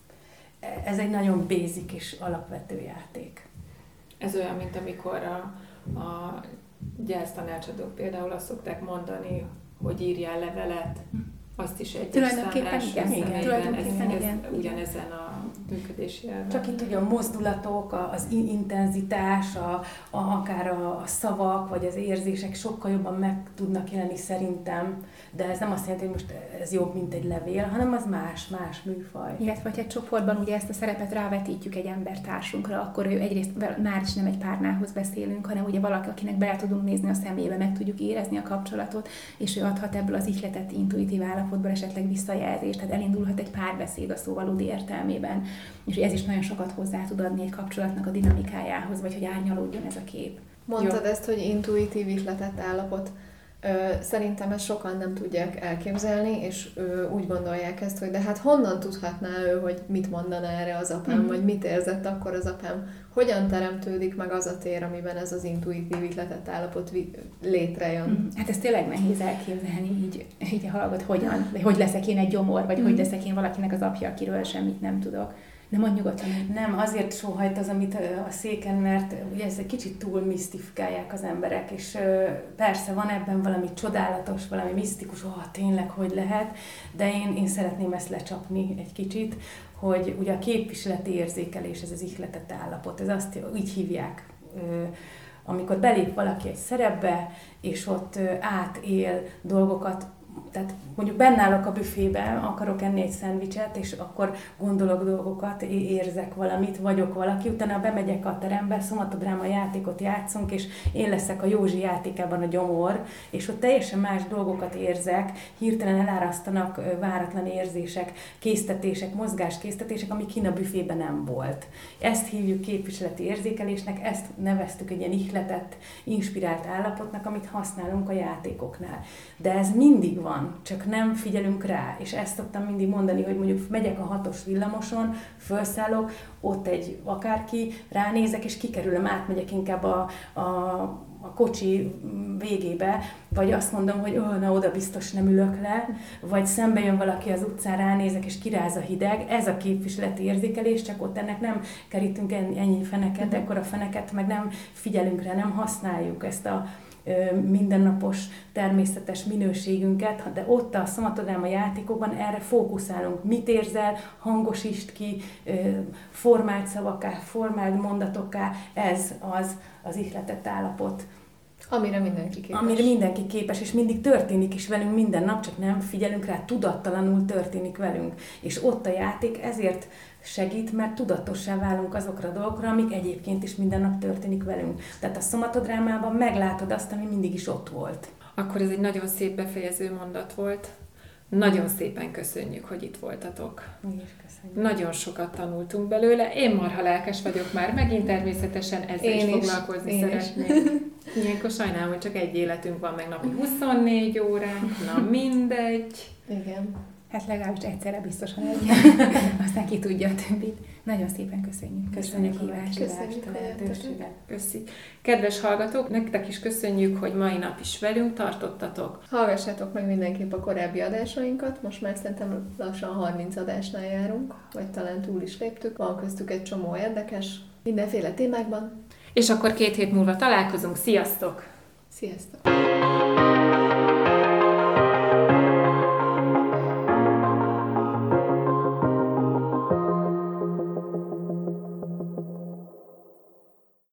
Ez egy nagyon basic és alapvető játék. Ez olyan, mint amikor a, a gyásztanácsadók például azt szokták mondani, hogy írjál levelet, azt is egy Tulajdonképpen igen, igen, tulajdonképpen ez, igen. ez ugyanezen a működési elven. Csak itt ugye a mozdulatok, az intenzitás, a, a, akár a, a szavak, vagy az érzések sokkal jobban meg tudnak jelenni szerintem, de ez nem azt jelenti, hogy most ez jobb, mint egy levél, hanem az más, más műfaj. Illetve, ha egy csoportban ugye ezt a szerepet rávetítjük egy embertársunkra, akkor ő egyrészt már is nem egy párnához beszélünk, hanem ugye valaki, akinek bele tudunk nézni a szemébe, meg tudjuk érezni a kapcsolatot, és ő adhat ebből az ihletett intuitív állapotból esetleg visszajelzést, tehát elindulhat egy párbeszéd a szó valódi értelmében, és ez is nagyon sokat hozzá tud adni egy kapcsolatnak a dinamikájához, vagy hogy árnyalódjon ez a kép. Mondtad Jó. ezt, hogy intuitív ihletett állapot. Szerintem ezt sokan nem tudják elképzelni, és úgy gondolják ezt, hogy de hát honnan tudhatná ő, hogy mit mondaná erre az apám, mm. vagy mit érzett akkor az apám. Hogyan teremtődik meg az a tér, amiben ez az intuitív ihletett állapot létrejön? Mm. Hát ez tényleg nehéz elképzelni, így, így hallgat, hogyan, vagy hogy leszek én egy gyomor, vagy mm. hogy leszek én valakinek az apja, akiről semmit nem tudok. De mondj nyugodtan. Nem, azért sóhajt az, amit a széken, mert ugye ezt egy kicsit túl misztifikálják az emberek, és persze van ebben valami csodálatos, valami misztikus, ó, oh, tényleg, hogy lehet, de én, én szeretném ezt lecsapni egy kicsit, hogy ugye a képviseleti érzékelés, ez az ihletett állapot, ez azt így hívják, amikor belép valaki egy szerepbe, és ott átél dolgokat, tehát mondjuk bennállok a büfébe, akarok enni egy szendvicset, és akkor gondolok dolgokat, érzek valamit, vagyok valaki, utána bemegyek a terembe, szomatodráma játékot játszunk, és én leszek a Józsi játékában a gyomor, és ott teljesen más dolgokat érzek, hirtelen elárasztanak váratlan érzések, késztetések, mozgáskésztetések, ami kint a büfében nem volt. Ezt hívjuk képviseleti érzékelésnek, ezt neveztük egy ilyen ihletett, inspirált állapotnak, amit használunk a játékoknál. De ez mindig van, csak nem figyelünk rá, és ezt szoktam mindig mondani, hogy mondjuk megyek a hatos villamoson, felszállok, ott egy akárki, ránézek, és kikerülöm, átmegyek inkább a, a, a kocsi végébe, vagy azt mondom, hogy oh, na oda biztos nem ülök le, vagy szembe jön valaki az utcán, ránézek, és kiráz a hideg, ez a képviseleti érzékelés, csak ott ennek nem kerítünk ennyi feneket, mm-hmm. ekkora feneket, meg nem figyelünk rá, nem használjuk ezt a mindennapos természetes minőségünket, de ott a szomatodráma játékokban erre fókuszálunk. Mit érzel, hangosítsd ki, formált szavakká, formált mondatokká, ez az az ihletett állapot. Amire mindenki képes. Amire mindenki képes, és mindig történik is velünk minden nap, csak nem figyelünk rá, tudattalanul történik velünk. És ott a játék ezért segít, mert tudatossá válunk azokra a dolgokra, amik egyébként is minden nap történik velünk. Tehát a szomatodrámában meglátod azt, ami mindig is ott volt. Akkor ez egy nagyon szép befejező mondat volt. Nagyon szépen köszönjük, hogy itt voltatok. Mi is köszönjük. Nagyon sokat tanultunk belőle. Én marha lelkes vagyok már, megint természetesen ezzel Én is is, foglalkozni én szeretnék. Ilyenkor sajnálom, hogy csak egy életünk van, meg napi huszonnégy óránk, na mindegy. Igen. Hát legalábbis egyszerre biztosan egy. Aztán ki tudja a többit. Nagyon szépen köszönjük. Köszönjük a hívást. Köszönjük meghívást, a a lehetőséget. Köszi. Kedves hallgatók, nektek is köszönjük, hogy mai nap is velünk tartottatok. Hallgassátok meg mindenképp a korábbi adásainkat, most már szerintem lassan harminc adásnál járunk, vagy talán túl is léptük. Van köztük egy csomó érdekes, mindenféle témákban. És akkor két hét múlva találkozunk. Sziasztok! Sziasztok!